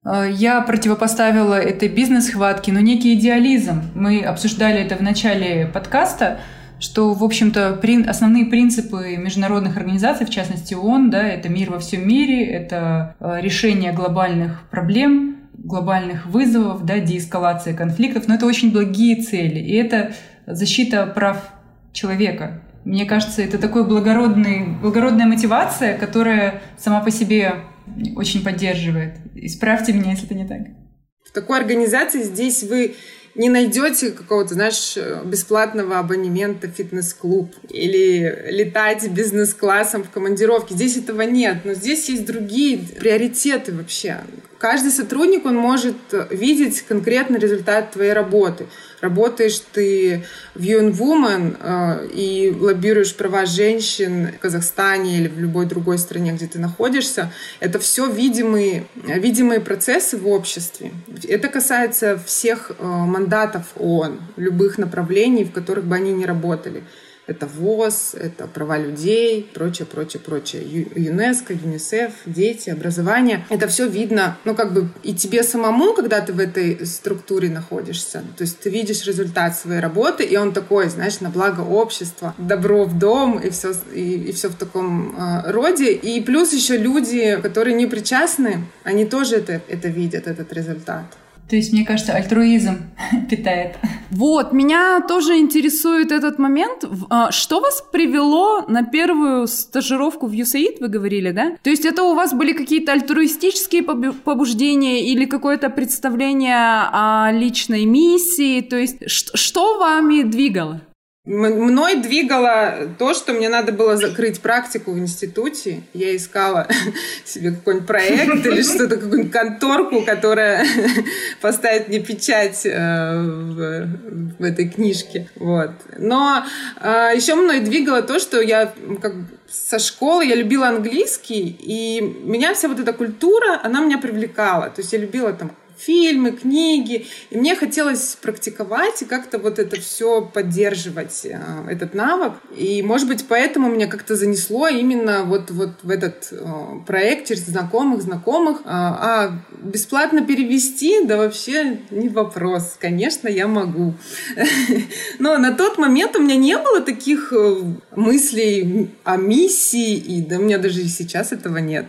Я противопоставила этой бизнес-хватке, но некий идеализм. Мы обсуждали это в начале подкаста, что, в общем-то, при... основные принципы международных организаций, в частности ООН, да, это мир во всем мире, это решение глобальных проблем, глобальных вызовов, да, деэскалация конфликтов, но это очень благие цели, и это защита прав человека. Мне кажется, это такой благородный, благородная мотивация, которая сама по себе очень поддерживает. Исправьте меня, если это не так. В такой организации здесь вы не найдете какого-то, знаешь, бесплатного абонемента в фитнес-клуб или летать бизнес-классом в командировке. Здесь этого нет, но здесь есть другие приоритеты вообще. Каждый сотрудник, он может видеть конкретный результат твоей работы. Работаешь ты в ю эн Women э, и лоббируешь права женщин в Казахстане или в любой другой стране, где ты находишься. Это все видимые, видимые процессы в обществе. Это касается всех э, мандатов ООН, любых направлений, в которых бы они ни работали. Это ВОЗ, это права людей, прочее, прочее, прочее. ЮНЕСКО, ЮНИСЕФ, дети, образование. Это все видно, ну, как бы и тебе самому, когда ты в этой структуре находишься. То есть ты видишь результат своей работы, и он такой, знаешь, на благо общества, добро в дом, и все, и, и все в таком э, роде. И плюс еще люди, которые не причастны, они тоже это, это видят, этот результат. То есть, мне кажется, альтруизм питает. Вот, меня тоже интересует этот момент. Что вас привело на первую стажировку в ю эс эй ай ди, вы говорили, да? То есть это у вас были какие-то альтруистические побуждения или какое-то представление о личной миссии? То есть что вами двигало? Мной двигало то, что мне надо было закрыть практику в институте. Я искала себе какой-нибудь проект или что-то, какую-нибудь конторку, которая поставит мне печать в, в этой книжке. Вот. Но еще мной двигало то, что я как со школы, я любила английский, и меня вся вот эта культура, она меня привлекала. То есть я любила там фильмы, книги. И мне хотелось практиковать и как-то вот это все поддерживать, этот навык. И, может быть, поэтому меня как-то занесло именно вот, вот в этот проект через знакомых, знакомых. А бесплатно перевести, да вообще не вопрос. Конечно, я могу. Но на тот момент у меня не было таких мыслей о миссии, и да у меня даже и сейчас этого нет.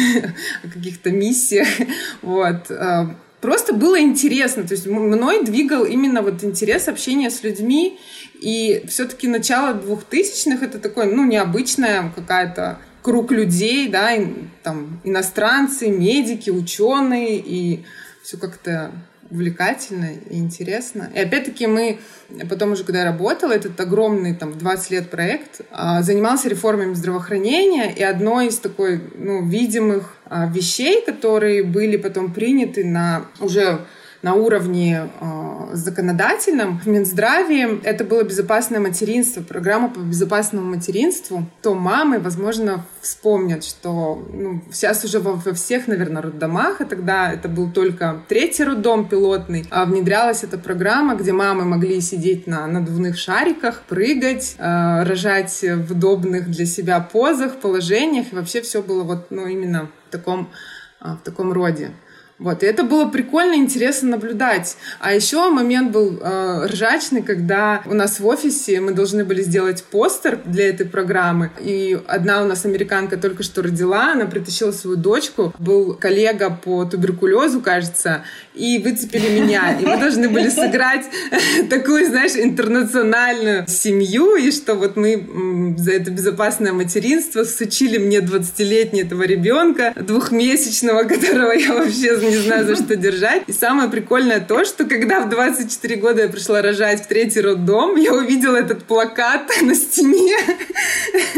О каких-то миссиях. Вот. Просто было интересно, то есть мной двигал именно вот интерес общения с людьми, и все-таки начало двухтысячных это такой, ну, необычная какая-то круг людей, да, и, там иностранцы, медики, ученые, и все как-то увлекательно и интересно. И опять-таки мы, потом уже когда я работала, этот огромный там в двадцать лет проект занимался реформами здравоохранения, и одной из такой, ну, видимых вещей, которые были потом приняты на уже на уровне э, законодательном в Минздраве, это было безопасное материнство, программа по безопасному материнству. То мамы, возможно, вспомнят, что ну, сейчас уже во, во всех, наверное, роддомах, а тогда это был только третий роддом пилотный, а внедрялась эта программа, где мамы могли сидеть на надувных шариках, прыгать, э, рожать в удобных для себя позах, положениях, и вообще все было вот, ну, именно в таком, э, в таком роде. Вот, и это было прикольно, интересно наблюдать. А еще момент был э, ржачный, когда у нас в офисе мы должны были сделать постер для этой программы. И одна у нас американка только что родила, она притащила свою дочку. Был коллега по туберкулезу, кажется, и выцепили меня. И мы должны были сыграть такую, знаешь, интернациональную семью, и что вот мы за это безопасное материнство всучили мне двадцатилетнего этого ребенка, двухмесячного, которого я вообще не знаю, за что держать. И самое прикольное то, что когда в двадцать четыре года я пришла рожать в третий роддом, я увидела этот плакат на стене.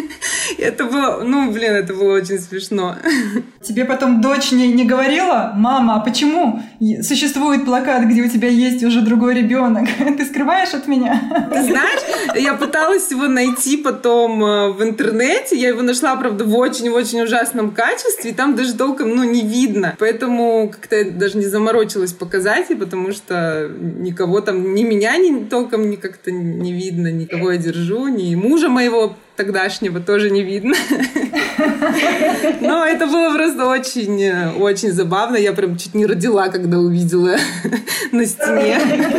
Это было, ну, блин, это было очень смешно. Тебе потом дочь не, не говорила: мама, а почему существует плакат, где у тебя есть уже другой ребенок? Ты скрываешь от меня? Ты знаешь, я пыталась его найти потом в интернете. Я его нашла, правда, в очень-очень ужасном качестве. И там даже толком, ну, не видно. Поэтому как-то я даже не заморочилась показать, потому что никого там, ни меня ни толком ни как-то не видно, никого я держу, ни мужа моего тогдашнего тоже не видно. Но это было просто очень, очень забавно. Я прям чуть не родила, когда увидела на стене.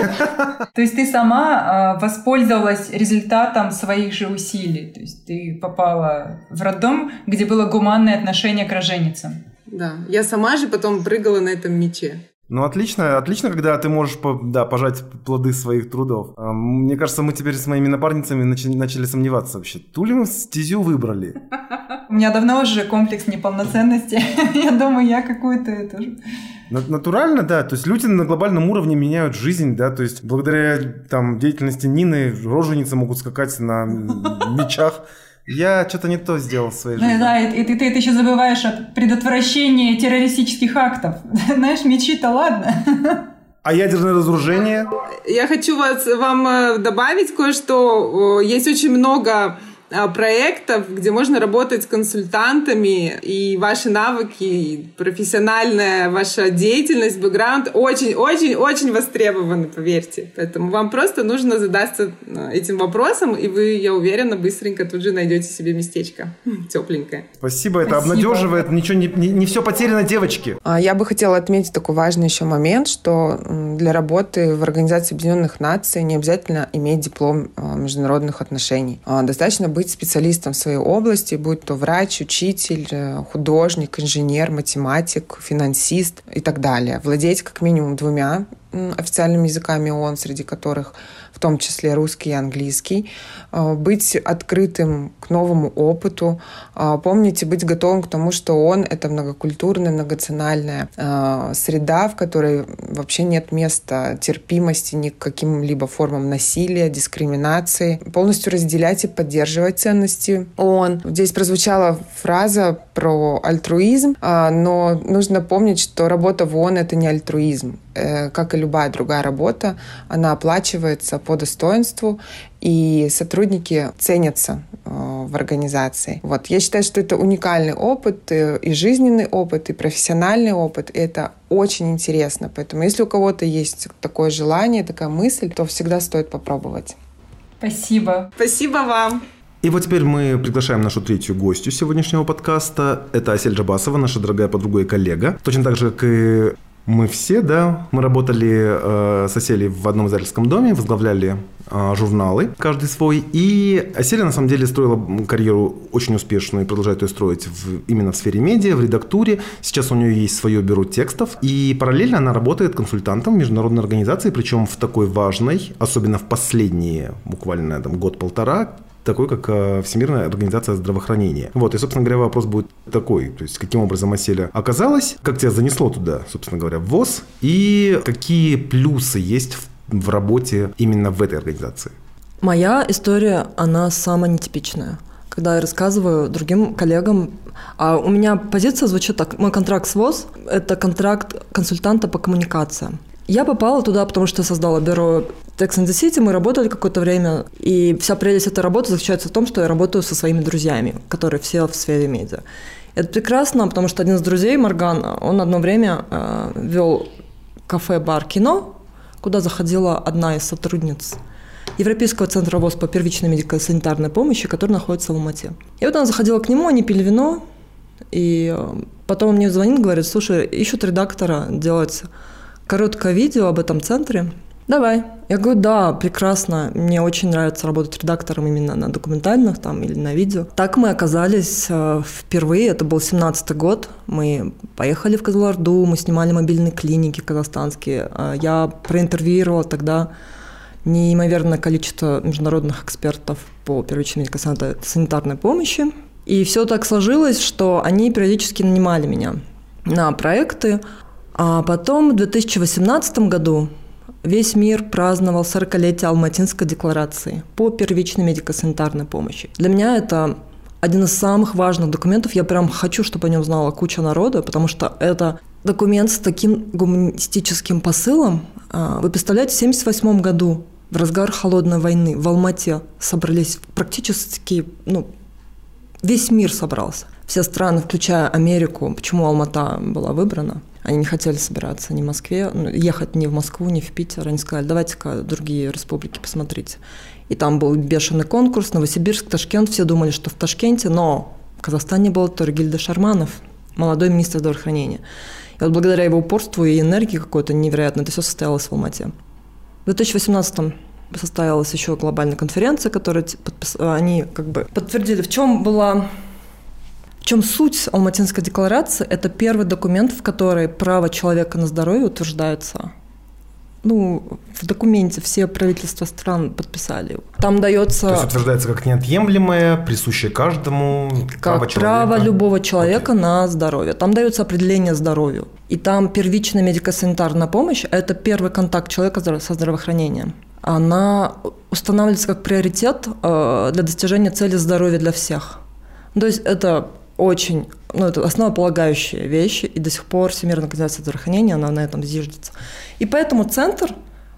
То есть ты сама воспользовалась результатом своих же усилий. То есть ты попала в роддом, где было гуманное отношение к роженицам. Да, я сама же потом прыгала на этом мяче. Ну, отлично, отлично, когда ты можешь, да, пожать плоды своих трудов. Мне кажется, мы теперь с моими напарницами начали, начали сомневаться вообще. Ту ли мы стезю выбрали? У меня давно уже комплекс неполноценности. Я думаю, я какую-то это... Натурально, да. То есть люди на глобальном уровне меняют жизнь, да. То есть благодаря там деятельности Нины роженицы могут скакать на мечах. Я что-то не то сделал в своей жизни. Да, да, и, и ты, ты, ты еще забываешь о предотвращении террористических актов. Знаешь, мечи-то ладно. А ядерное разоружение? Я хочу вас, вам добавить кое-что. Есть очень много проектов, где можно работать с консультантами, и ваши навыки, и профессиональная ваша деятельность, бэкграунд очень-очень-очень востребованы, поверьте. Поэтому вам просто нужно задаться этим вопросом, и вы, я уверена, быстренько тут же найдете себе местечко тепленькое. Спасибо, это Спасибо. обнадеживает. Ничего не, не, не все потеряно, девочки. Я бы хотела отметить такой важный еще момент, что для работы в Организации Объединенных Наций не обязательно иметь диплом международных отношений. Достаточно быть быть специалистом в своей области, будь то врач, учитель, художник, инженер, математик, финансист и так далее. Владеть как минимум двумя официальными языками ООН, среди которых в том числе русский и английский, быть открытым к новому опыту, помните, быть готовым к тому, что ООН — это многокультурная, многонациональная среда, в которой вообще нет места терпимости ни к каким-либо формам насилия, дискриминации, полностью разделять и поддерживать ценности ООН. Здесь прозвучала фраза про альтруизм, но нужно помнить, что работа в ООН — это не альтруизм. Как и любая другая работа, она оплачивается по достоинству, и сотрудники ценятся в организации. Вот. Я считаю, что это уникальный опыт, и жизненный опыт, и профессиональный опыт, и это очень интересно. Поэтому если у кого-то есть такое желание, такая мысль, то всегда стоит попробовать. Спасибо. Спасибо вам. И вот теперь мы приглашаем нашу третью гостью сегодняшнего подкаста. Это Асель Джабасова, наша дорогая подруга и коллега. Точно так же, как и мы все, да, мы работали э, с Аселей в одном издательском доме, возглавляли э, журналы, каждый свой. И Аселя, на самом деле, строила карьеру очень успешную и продолжает ее строить в, именно в сфере медиа, в редактуре. Сейчас у нее есть свое бюро текстов. И параллельно она работает консультантом в международной организации, причем в такой важной, особенно в последние буквально там, год-полтора, такой, как Всемирная организация здравоохранения. Вот, и, собственно говоря, вопрос будет такой, то есть, каким образом Аселя оказалась, как тебя занесло туда, собственно говоря, в ВОЗ, и какие плюсы есть в, в работе именно в этой организации? Моя история, она самая нетипичная. Когда я рассказываю другим коллегам, а у меня позиция звучит так, мой контракт с ВОЗ – это контракт консультанта по коммуникациям. Я попала туда, потому что создала бюро Text and the City, мы работали какое-то время, и вся прелесть этой работы заключается в том, что я работаю со своими друзьями, которые все в сфере медиа. Это прекрасно, потому что один из друзей, Морган, он одно время э, вел кафе-бар «Кино», куда заходила одна из сотрудниц Европейского центра ВОЗ по первичной медико-санитарной помощи, который находится в Алмате. И вот она заходила к нему, они пили вино, и потом он мне звонит, говорит: слушай, ищут редактора делать короткое видео об этом центре. Давай. Я говорю: да, прекрасно. Мне очень нравится работать редактором именно на документальных там, или на видео. Так мы оказались э, впервые, это был семнадцатый год. Мы поехали в Кызылорду, мы снимали мобильные клиники казахстанские. Э, я проинтервьюировала тогда неимоверное количество международных экспертов по первичной медико-санитарной помощи. И все так сложилось, что они периодически нанимали меня на проекты. А потом в две тысячи восемнадцатом году весь мир праздновал сорокалетие Алматинской декларации по первичной медико-санитарной помощи. Для меня это один из самых важных документов. Я прям хочу, чтобы о нем знала куча народа, потому что это документ с таким гуманистическим посылом. Вы представляете, в семьдесят восьмом году, в разгар холодной войны, в Алмате собрались практически, ну, весь мир собрался. Все страны, включая Америку. Почему Алмата была выбрана? Они не хотели собираться ни в Москве, ехать ни в Москву, ни в Питер. Они сказали, давайте-ка другие республики посмотрите. И там был бешеный конкурс, Новосибирск, Ташкент. Все думали, что в Ташкенте, но в Казахстане был Торгильда Шарманов, молодой министр здравоохранения. И вот благодаря его упорству и энергии какой-то невероятной, это все состоялось в Алмате. В две тысячи восемнадцатом состоялась еще глобальная конференция, которую подпис... они как бы подтвердили, в чем была... В чем суть Алматинской декларации? Это первый документ, в который право человека на здоровье утверждается. Ну, в документе все правительства стран подписали его. Там дается... То есть утверждается как неотъемлемое, присущее каждому право как человека. право любого человека okay. на здоровье. Там дается определение здоровью. И там первичная медико-санитарная помощь – это первый контакт человека со здравоохранением. Она устанавливается как приоритет для достижения цели здоровья для всех. То есть это очень, ну, это основополагающие вещи, и до сих пор Всемирная организация здравоохранения, она на этом зиждется. И поэтому Центр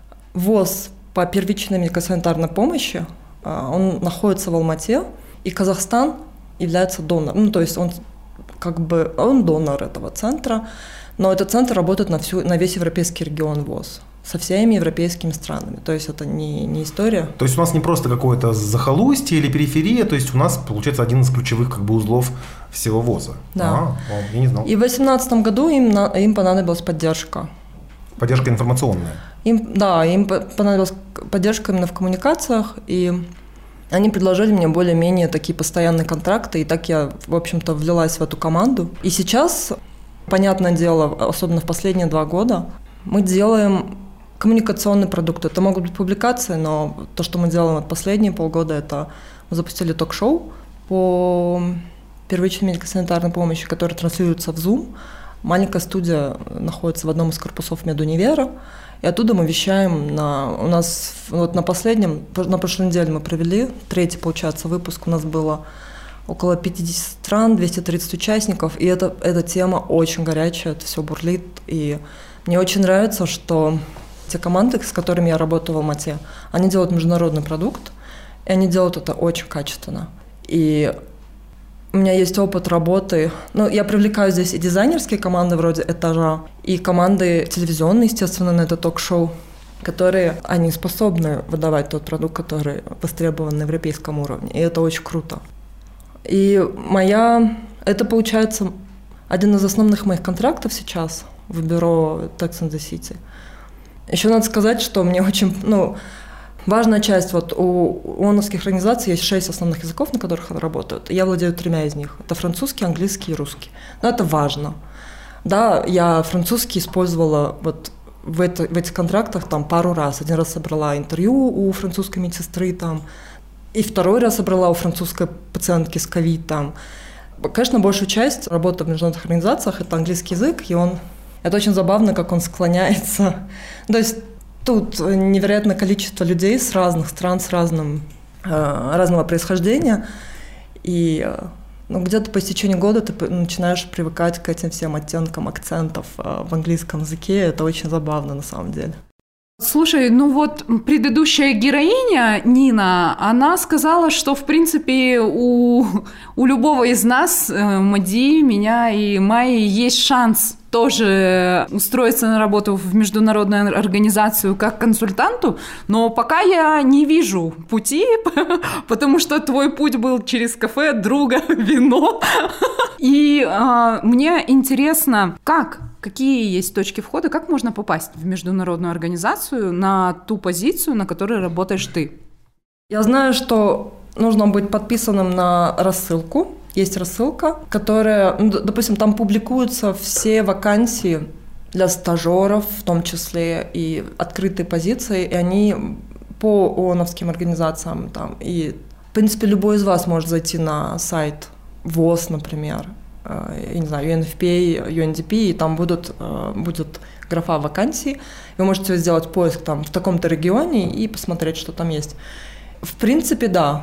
ВОЗ по первичной медико-санитарной помощи, он находится в Алмате, и Казахстан является донором. Ну, то есть он как бы, он донор этого центра, но этот центр работает на, всю, на весь европейский регион ВОЗ. Со всеми европейскими странами. То есть это не, не история. То есть у нас не просто какое-то захолустье или периферия, то есть у нас, получается, один из ключевых как бы узлов всего ВОЗа. Да. А, я не знал. И в две тысячи восемнадцатом году им, на, им понадобилась поддержка. Поддержка информационная. Им, да, им понадобилась поддержка именно в коммуникациях, и они предложили мне более-менее такие постоянные контракты, и так я, в общем-то, влилась в эту команду. И сейчас, понятное дело, особенно в последние два года, мы делаем коммуникационный продукт. Это могут быть публикации, но то, что мы делаем вот последние полгода, это мы запустили ток-шоу по первичной медико-санитарной помощи, которое транслируется в Zoom. Маленькая студия находится в одном из корпусов медунивера, и оттуда мы вещаем на... У нас вот на последнем, на прошлой неделе мы провели, третий, получается, выпуск, у нас было около пятьдесят стран, двести тридцать участников, и это, эта тема очень горячая, это все бурлит, и мне очень нравится, что те команды, с которыми я работаю в Алмате, они делают международный продукт, и они делают это очень качественно. И у меня есть опыт работы. Ну, я привлекаю здесь и дизайнерские команды вроде «Этажа», и команды телевизионные, естественно, на это ток-шоу, которые, они способны выдавать тот продукт, который востребован на европейском уровне. И это очень круто. И моя... Это, получается, один из основных моих контрактов сейчас в бюро Tax and the City. Еще надо сказать, что мне очень, ну, важная часть, вот у ООНовских организаций есть шесть основных языков, на которых они работают, и я владею тремя из них. Это французский, английский и русский. Но это важно. Да, я французский использовала вот в, это, в этих контрактах там пару раз. Один раз собрала интервью у французской медсестры там, и второй раз собрала у французской пациентки с ковид там. Конечно, большую часть работы в международных организациях – это английский язык, и он… Это очень забавно, как он склоняется. То есть тут невероятное количество людей с разных стран, с разным, э, разного происхождения. И ну, где-то по истечении года ты начинаешь привыкать к этим всем оттенкам акцентов э, в английском языке. Это очень забавно на самом деле. Слушай, ну вот предыдущая героиня, Нина, она сказала, что, в принципе, у, у любого из нас, Мади, меня и Майи, есть шанс тоже устроиться на работу в международную организацию как консультанту, но пока я не вижу пути, потому что твой путь был через кафе, друга, вино. И а, мне интересно, как, какие есть точки входа, как можно попасть в международную организацию на ту позицию, на которой работаешь ты? Я знаю, что нужно быть подписанным на рассылку. Есть рассылка, которая, ну, допустим, там публикуются все вакансии для стажеров, в том числе и открытые позиции, и они по ООНовским организациям. Там, и, в принципе, любой из вас может зайти на сайт ВОЗ, например, я не знаю, ю эн эф пи эй, ю эн ди пи, и там будут, будет графа вакансий. Вы можете сделать поиск там в таком-то регионе и посмотреть, что там есть. В принципе, да.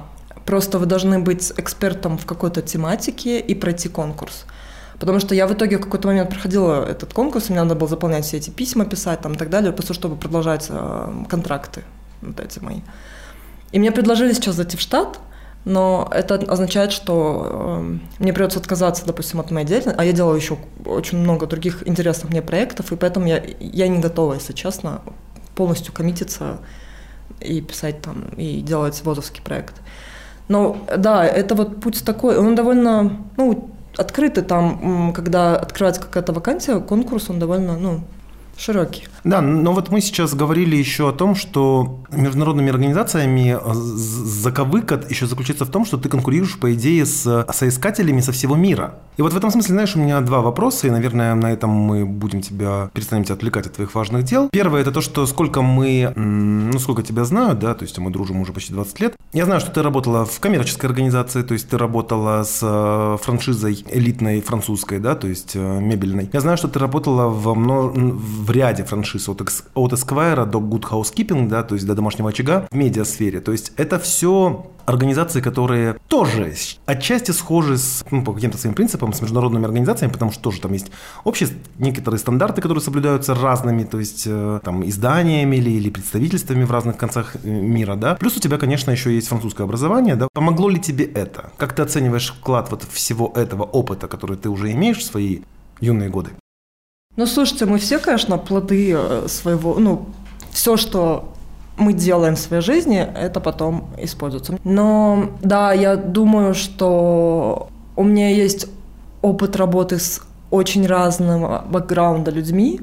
Просто вы должны быть экспертом в какой-то тематике и пройти конкурс. Потому что я в итоге в какой-то момент проходила этот конкурс, мне надо было заполнять все эти письма, писать там и так далее, просто чтобы продолжать э, контракты вот эти мои. И мне предложили сейчас зайти в штат, но это означает, что э, мне придется отказаться, допустим, от моей деятельности, а я делаю еще очень много других интересных мне проектов, и поэтому я, я не готова, если честно, полностью коммититься и писать там, и делать вузовский проект. Но да, это вот путь такой, он довольно, ну, открытый там, когда открывается какая-то вакансия, конкурс, он довольно, ну, широкий. Да, но вот мы сейчас говорили еще о том, что международными организациями заковыка еще заключается в том, что ты конкурируешь, по идее, с соискателями со всего мира. И вот в этом смысле, знаешь, у меня два вопроса, и, наверное, на этом мы будем тебя, перестанем тебя отвлекать от твоих важных дел. Первое – это то, что сколько мы, ну, сколько тебя знают, да, то есть мы дружим уже почти двадцать лет. Я знаю, что ты работала в коммерческой организации, то есть ты работала с франшизой элитной французской, да, то есть мебельной. Я знаю, что ты работала в, в ряде франшиз от, от Esquire до Good Housekeeping, да, то есть до домашнего очага в медиасфере. То есть это все организации, которые тоже отчасти схожи с, ну, по каким-то своим принципам с международными организациями, потому что тоже там есть общие некоторые стандарты, которые соблюдаются разными, то есть там изданиями или, или представительствами в разных концах мира, да. Плюс у тебя, конечно, еще есть французское образование, да. Помогло ли тебе это? Как ты оцениваешь вклад вот всего этого опыта, который ты уже имеешь в свои юные годы? Ну, слушайте, мы все, конечно, плоды своего, ну, все, что мы делаем в своей жизни, это потом используется. Но, да, я думаю, что у меня есть опыт работы с очень разного бэкграунда людьми,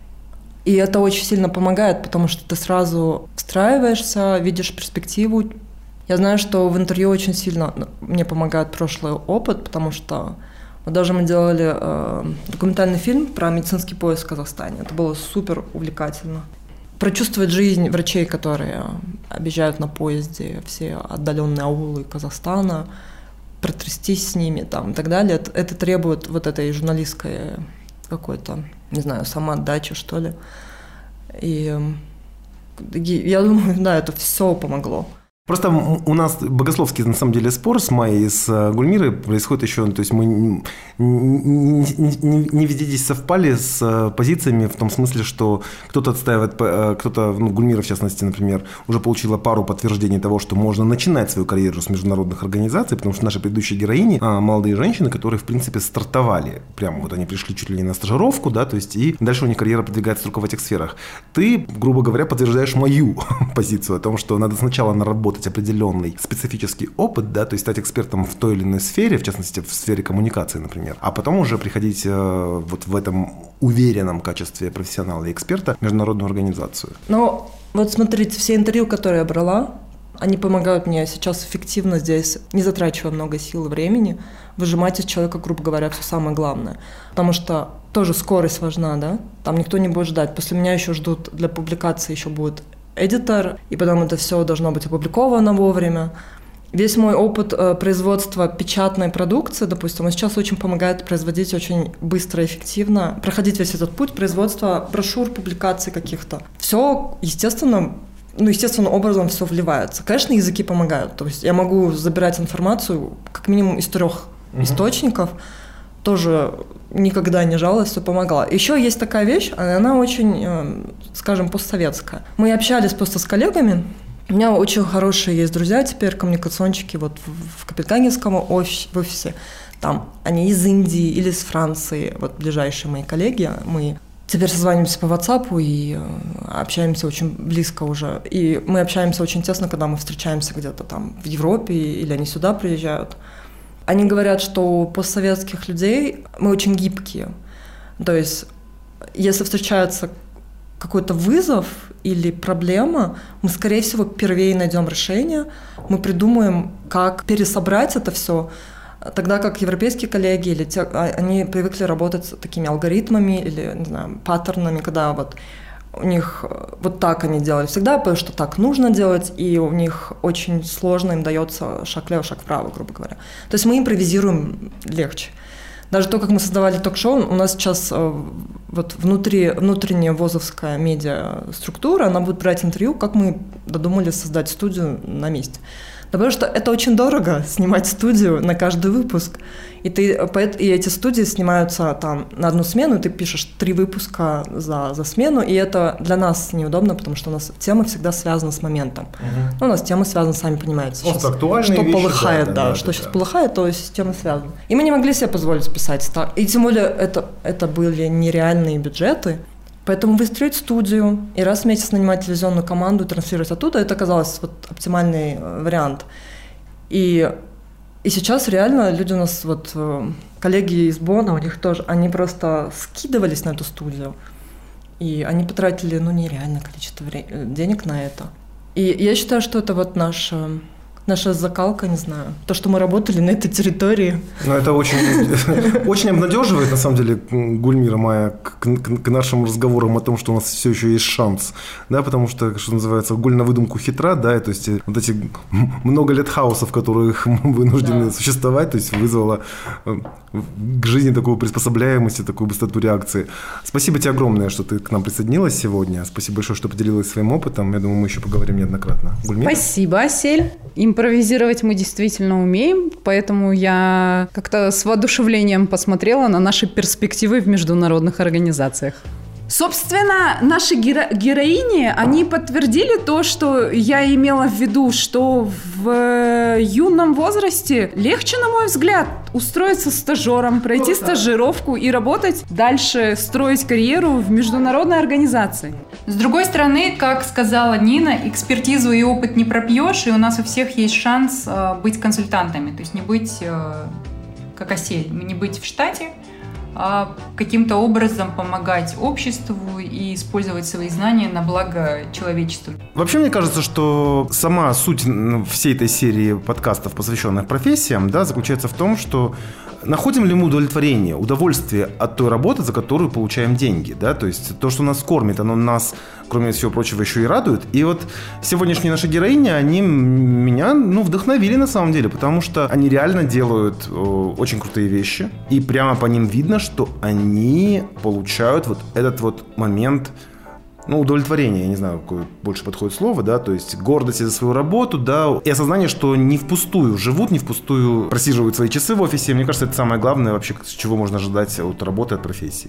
и это очень сильно помогает, потому что ты сразу встраиваешься, видишь перспективу. Я знаю, что в интервью очень сильно мне помогает прошлый опыт, потому что вот даже мы делали э, документальный фильм про медицинский поиск в Казахстане. Это было супер увлекательно. Прочувствовать жизнь врачей, которые объезжают на поезде все отдаленные аулы Казахстана, протрястись с ними там, и так далее, это, это требует вот этой журналистской какой-то, не знаю, самоотдачи, что ли. И, и я думаю, да, это все помогло. Просто у нас богословский, на самом деле, спор с Майей и с Гульмирой происходит еще, то есть мы не, не, не, не везде здесь совпали с позициями в том смысле, что кто-то отстаивает, кто-то, ну, Гульмира, в частности, например, уже получила пару подтверждений того, что можно начинать свою карьеру с международных организаций, потому что наши предыдущие героини, молодые женщины, которые, в принципе, стартовали, прямо вот они пришли чуть ли не на стажировку, да, то есть и дальше у них карьера продвигается только в этих сферах. Ты, грубо говоря, подтверждаешь мою позицию о том, что надо сначала наработать определенный специфический опыт, да, то есть стать экспертом в той или иной сфере, в частности, в сфере коммуникации, например, а потом уже приходить э, вот в этом уверенном качестве профессионала и эксперта в международную организацию. Ну, вот смотрите, все интервью, которые я брала, они помогают мне сейчас эффективно здесь, не затрачивая много сил и времени, выжимать из человека, грубо говоря, все самое главное. Потому что тоже скорость важна, да, там никто не будет ждать. После меня еще ждут для публикации, еще будет эдитор, и потом это все должно быть опубликовано вовремя. Весь мой опыт э, производства печатной продукции, допустим, он сейчас очень помогает производить очень быстро и эффективно, проходить весь этот путь производства брошюр, публикаций каких-то. Все, естественно, ну, естественным образом все вливается. Конечно, языки помогают. То есть я могу забирать информацию как минимум из трех uh-huh. источников, тоже никогда не жаловалась, все помогла. Еще есть такая вещь, она очень, скажем, постсоветская. Мы общались просто с коллегами. У меня очень хорошие есть друзья теперь, коммуникационщики вот в Копенгагенском офисе. Там они из Индии или из Франции, вот ближайшие мои коллеги. Мы теперь созваниваемся по WhatsApp и общаемся очень близко уже. И мы общаемся очень тесно, когда мы встречаемся где-то там в Европе или они сюда приезжают. Они говорят, что у постсоветских людей мы очень гибкие. То есть, если встречается какой-то вызов или проблема, мы, скорее всего, первее найдем решение, мы придумаем, как пересобрать это все, тогда как европейские коллеги, или те, они привыкли работать с такими алгоритмами или, не знаю, паттернами, когда вот у них вот так они делали всегда, потому что так нужно делать, и у них очень сложно им дается шаг влево, шаг вправо, грубо говоря. То есть мы импровизируем легче. Даже то, как мы создавали ток-шоу, у нас сейчас вот внутри, внутренняя вузовская медиа-структура, она будет брать интервью, как мы додумали создать студию на месте. потому что это очень дорого снимать студию на каждый выпуск. И, ты, и эти студии снимаются там на одну смену, и ты пишешь три выпуска за, за смену, и это для нас неудобно, потому что у нас тема всегда связана с моментом. Угу. Ну, у нас тема связана, сами понимаете, сейчас, что вещи, полыхает, да, да, да, да, что да, сейчас да. полыхает, то есть тема связана. И мы не могли себе позволить писать. И тем более это, это были нереальные бюджеты. Поэтому выстроить студию и раз в месяц нанимать телевизионную команду и транслировать оттуда, это оказалось вот оптимальный вариант. И, и сейчас реально люди у нас, вот коллеги из Бонна, у них тоже, они просто скидывались на эту студию, и они потратили, ну, нереальное количество вре- денег на это. И я считаю, что это вот наша... Наша закалка, не знаю, то, что мы работали на этой территории. Ну, это очень, очень обнадеживает, на самом деле, Гульмира моя, к, к, к нашим разговорам о том, что у нас все еще есть шанс, да, потому что, что называется, Гуль на выдумку хитра, да, то есть вот эти много лет хаоса, в которых мы вынуждены да. существовать, то есть вызвало к жизни такую приспособляемость и такую быстроту реакции. Спасибо тебе огромное, что ты к нам присоединилась сегодня. Спасибо большое, что поделилась своим опытом. Я думаю, мы еще поговорим неоднократно. Гульмира? Спасибо, Асель. Импровизировать мы действительно умеем, поэтому я как-то с воодушевлением посмотрела на наши перспективы в международных организациях. Собственно, наши геро- героини, они подтвердили то, что я имела в виду, что в юном возрасте легче, на мой взгляд, устроиться стажером, пройти ну, стажировку и работать дальше, строить карьеру в международной организации. С другой стороны, как сказала Нина, экспертизу и опыт не пропьешь, и у нас у всех есть шанс э, быть консультантами, то есть не быть э, как Асель, не быть в штате, а каким-то образом помогать обществу и использовать свои знания на благо человечеству. Вообще, мне кажется, что сама суть всей этой серии подкастов, посвященных профессиям, да, заключается в том, что находим ли мы удовлетворение, удовольствие от той работы, за которую получаем деньги, да, то есть то, что нас кормит, оно нас, кроме всего прочего, еще и радует. И вот сегодняшние наши героини, они меня, ну, вдохновили на самом деле, потому что они реально делают э, очень крутые вещи, и прямо по ним видно, что они получают вот этот вот момент, ну, удовлетворение, я не знаю, какое больше подходит слово, да, то есть гордости за свою работу, да, и осознание, что не впустую живут, не впустую просиживают свои часы в офисе. Мне кажется, это самое главное вообще, с чего можно ожидать от работы, от профессии.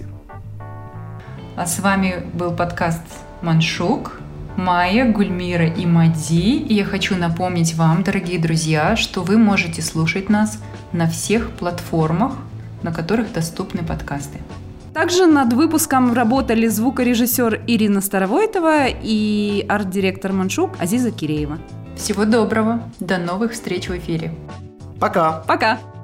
А с вами был подкаст «Маншук», Майя, Гульмира и Мади. И я хочу напомнить вам, дорогие друзья, что вы можете слушать нас на всех платформах, на которых доступны подкасты. Также над выпуском работали звукорежиссер Ирина Старовойтова и арт-директор «Маншук» Азиза Киреева. Всего доброго. До новых встреч в эфире. Пока. Пока.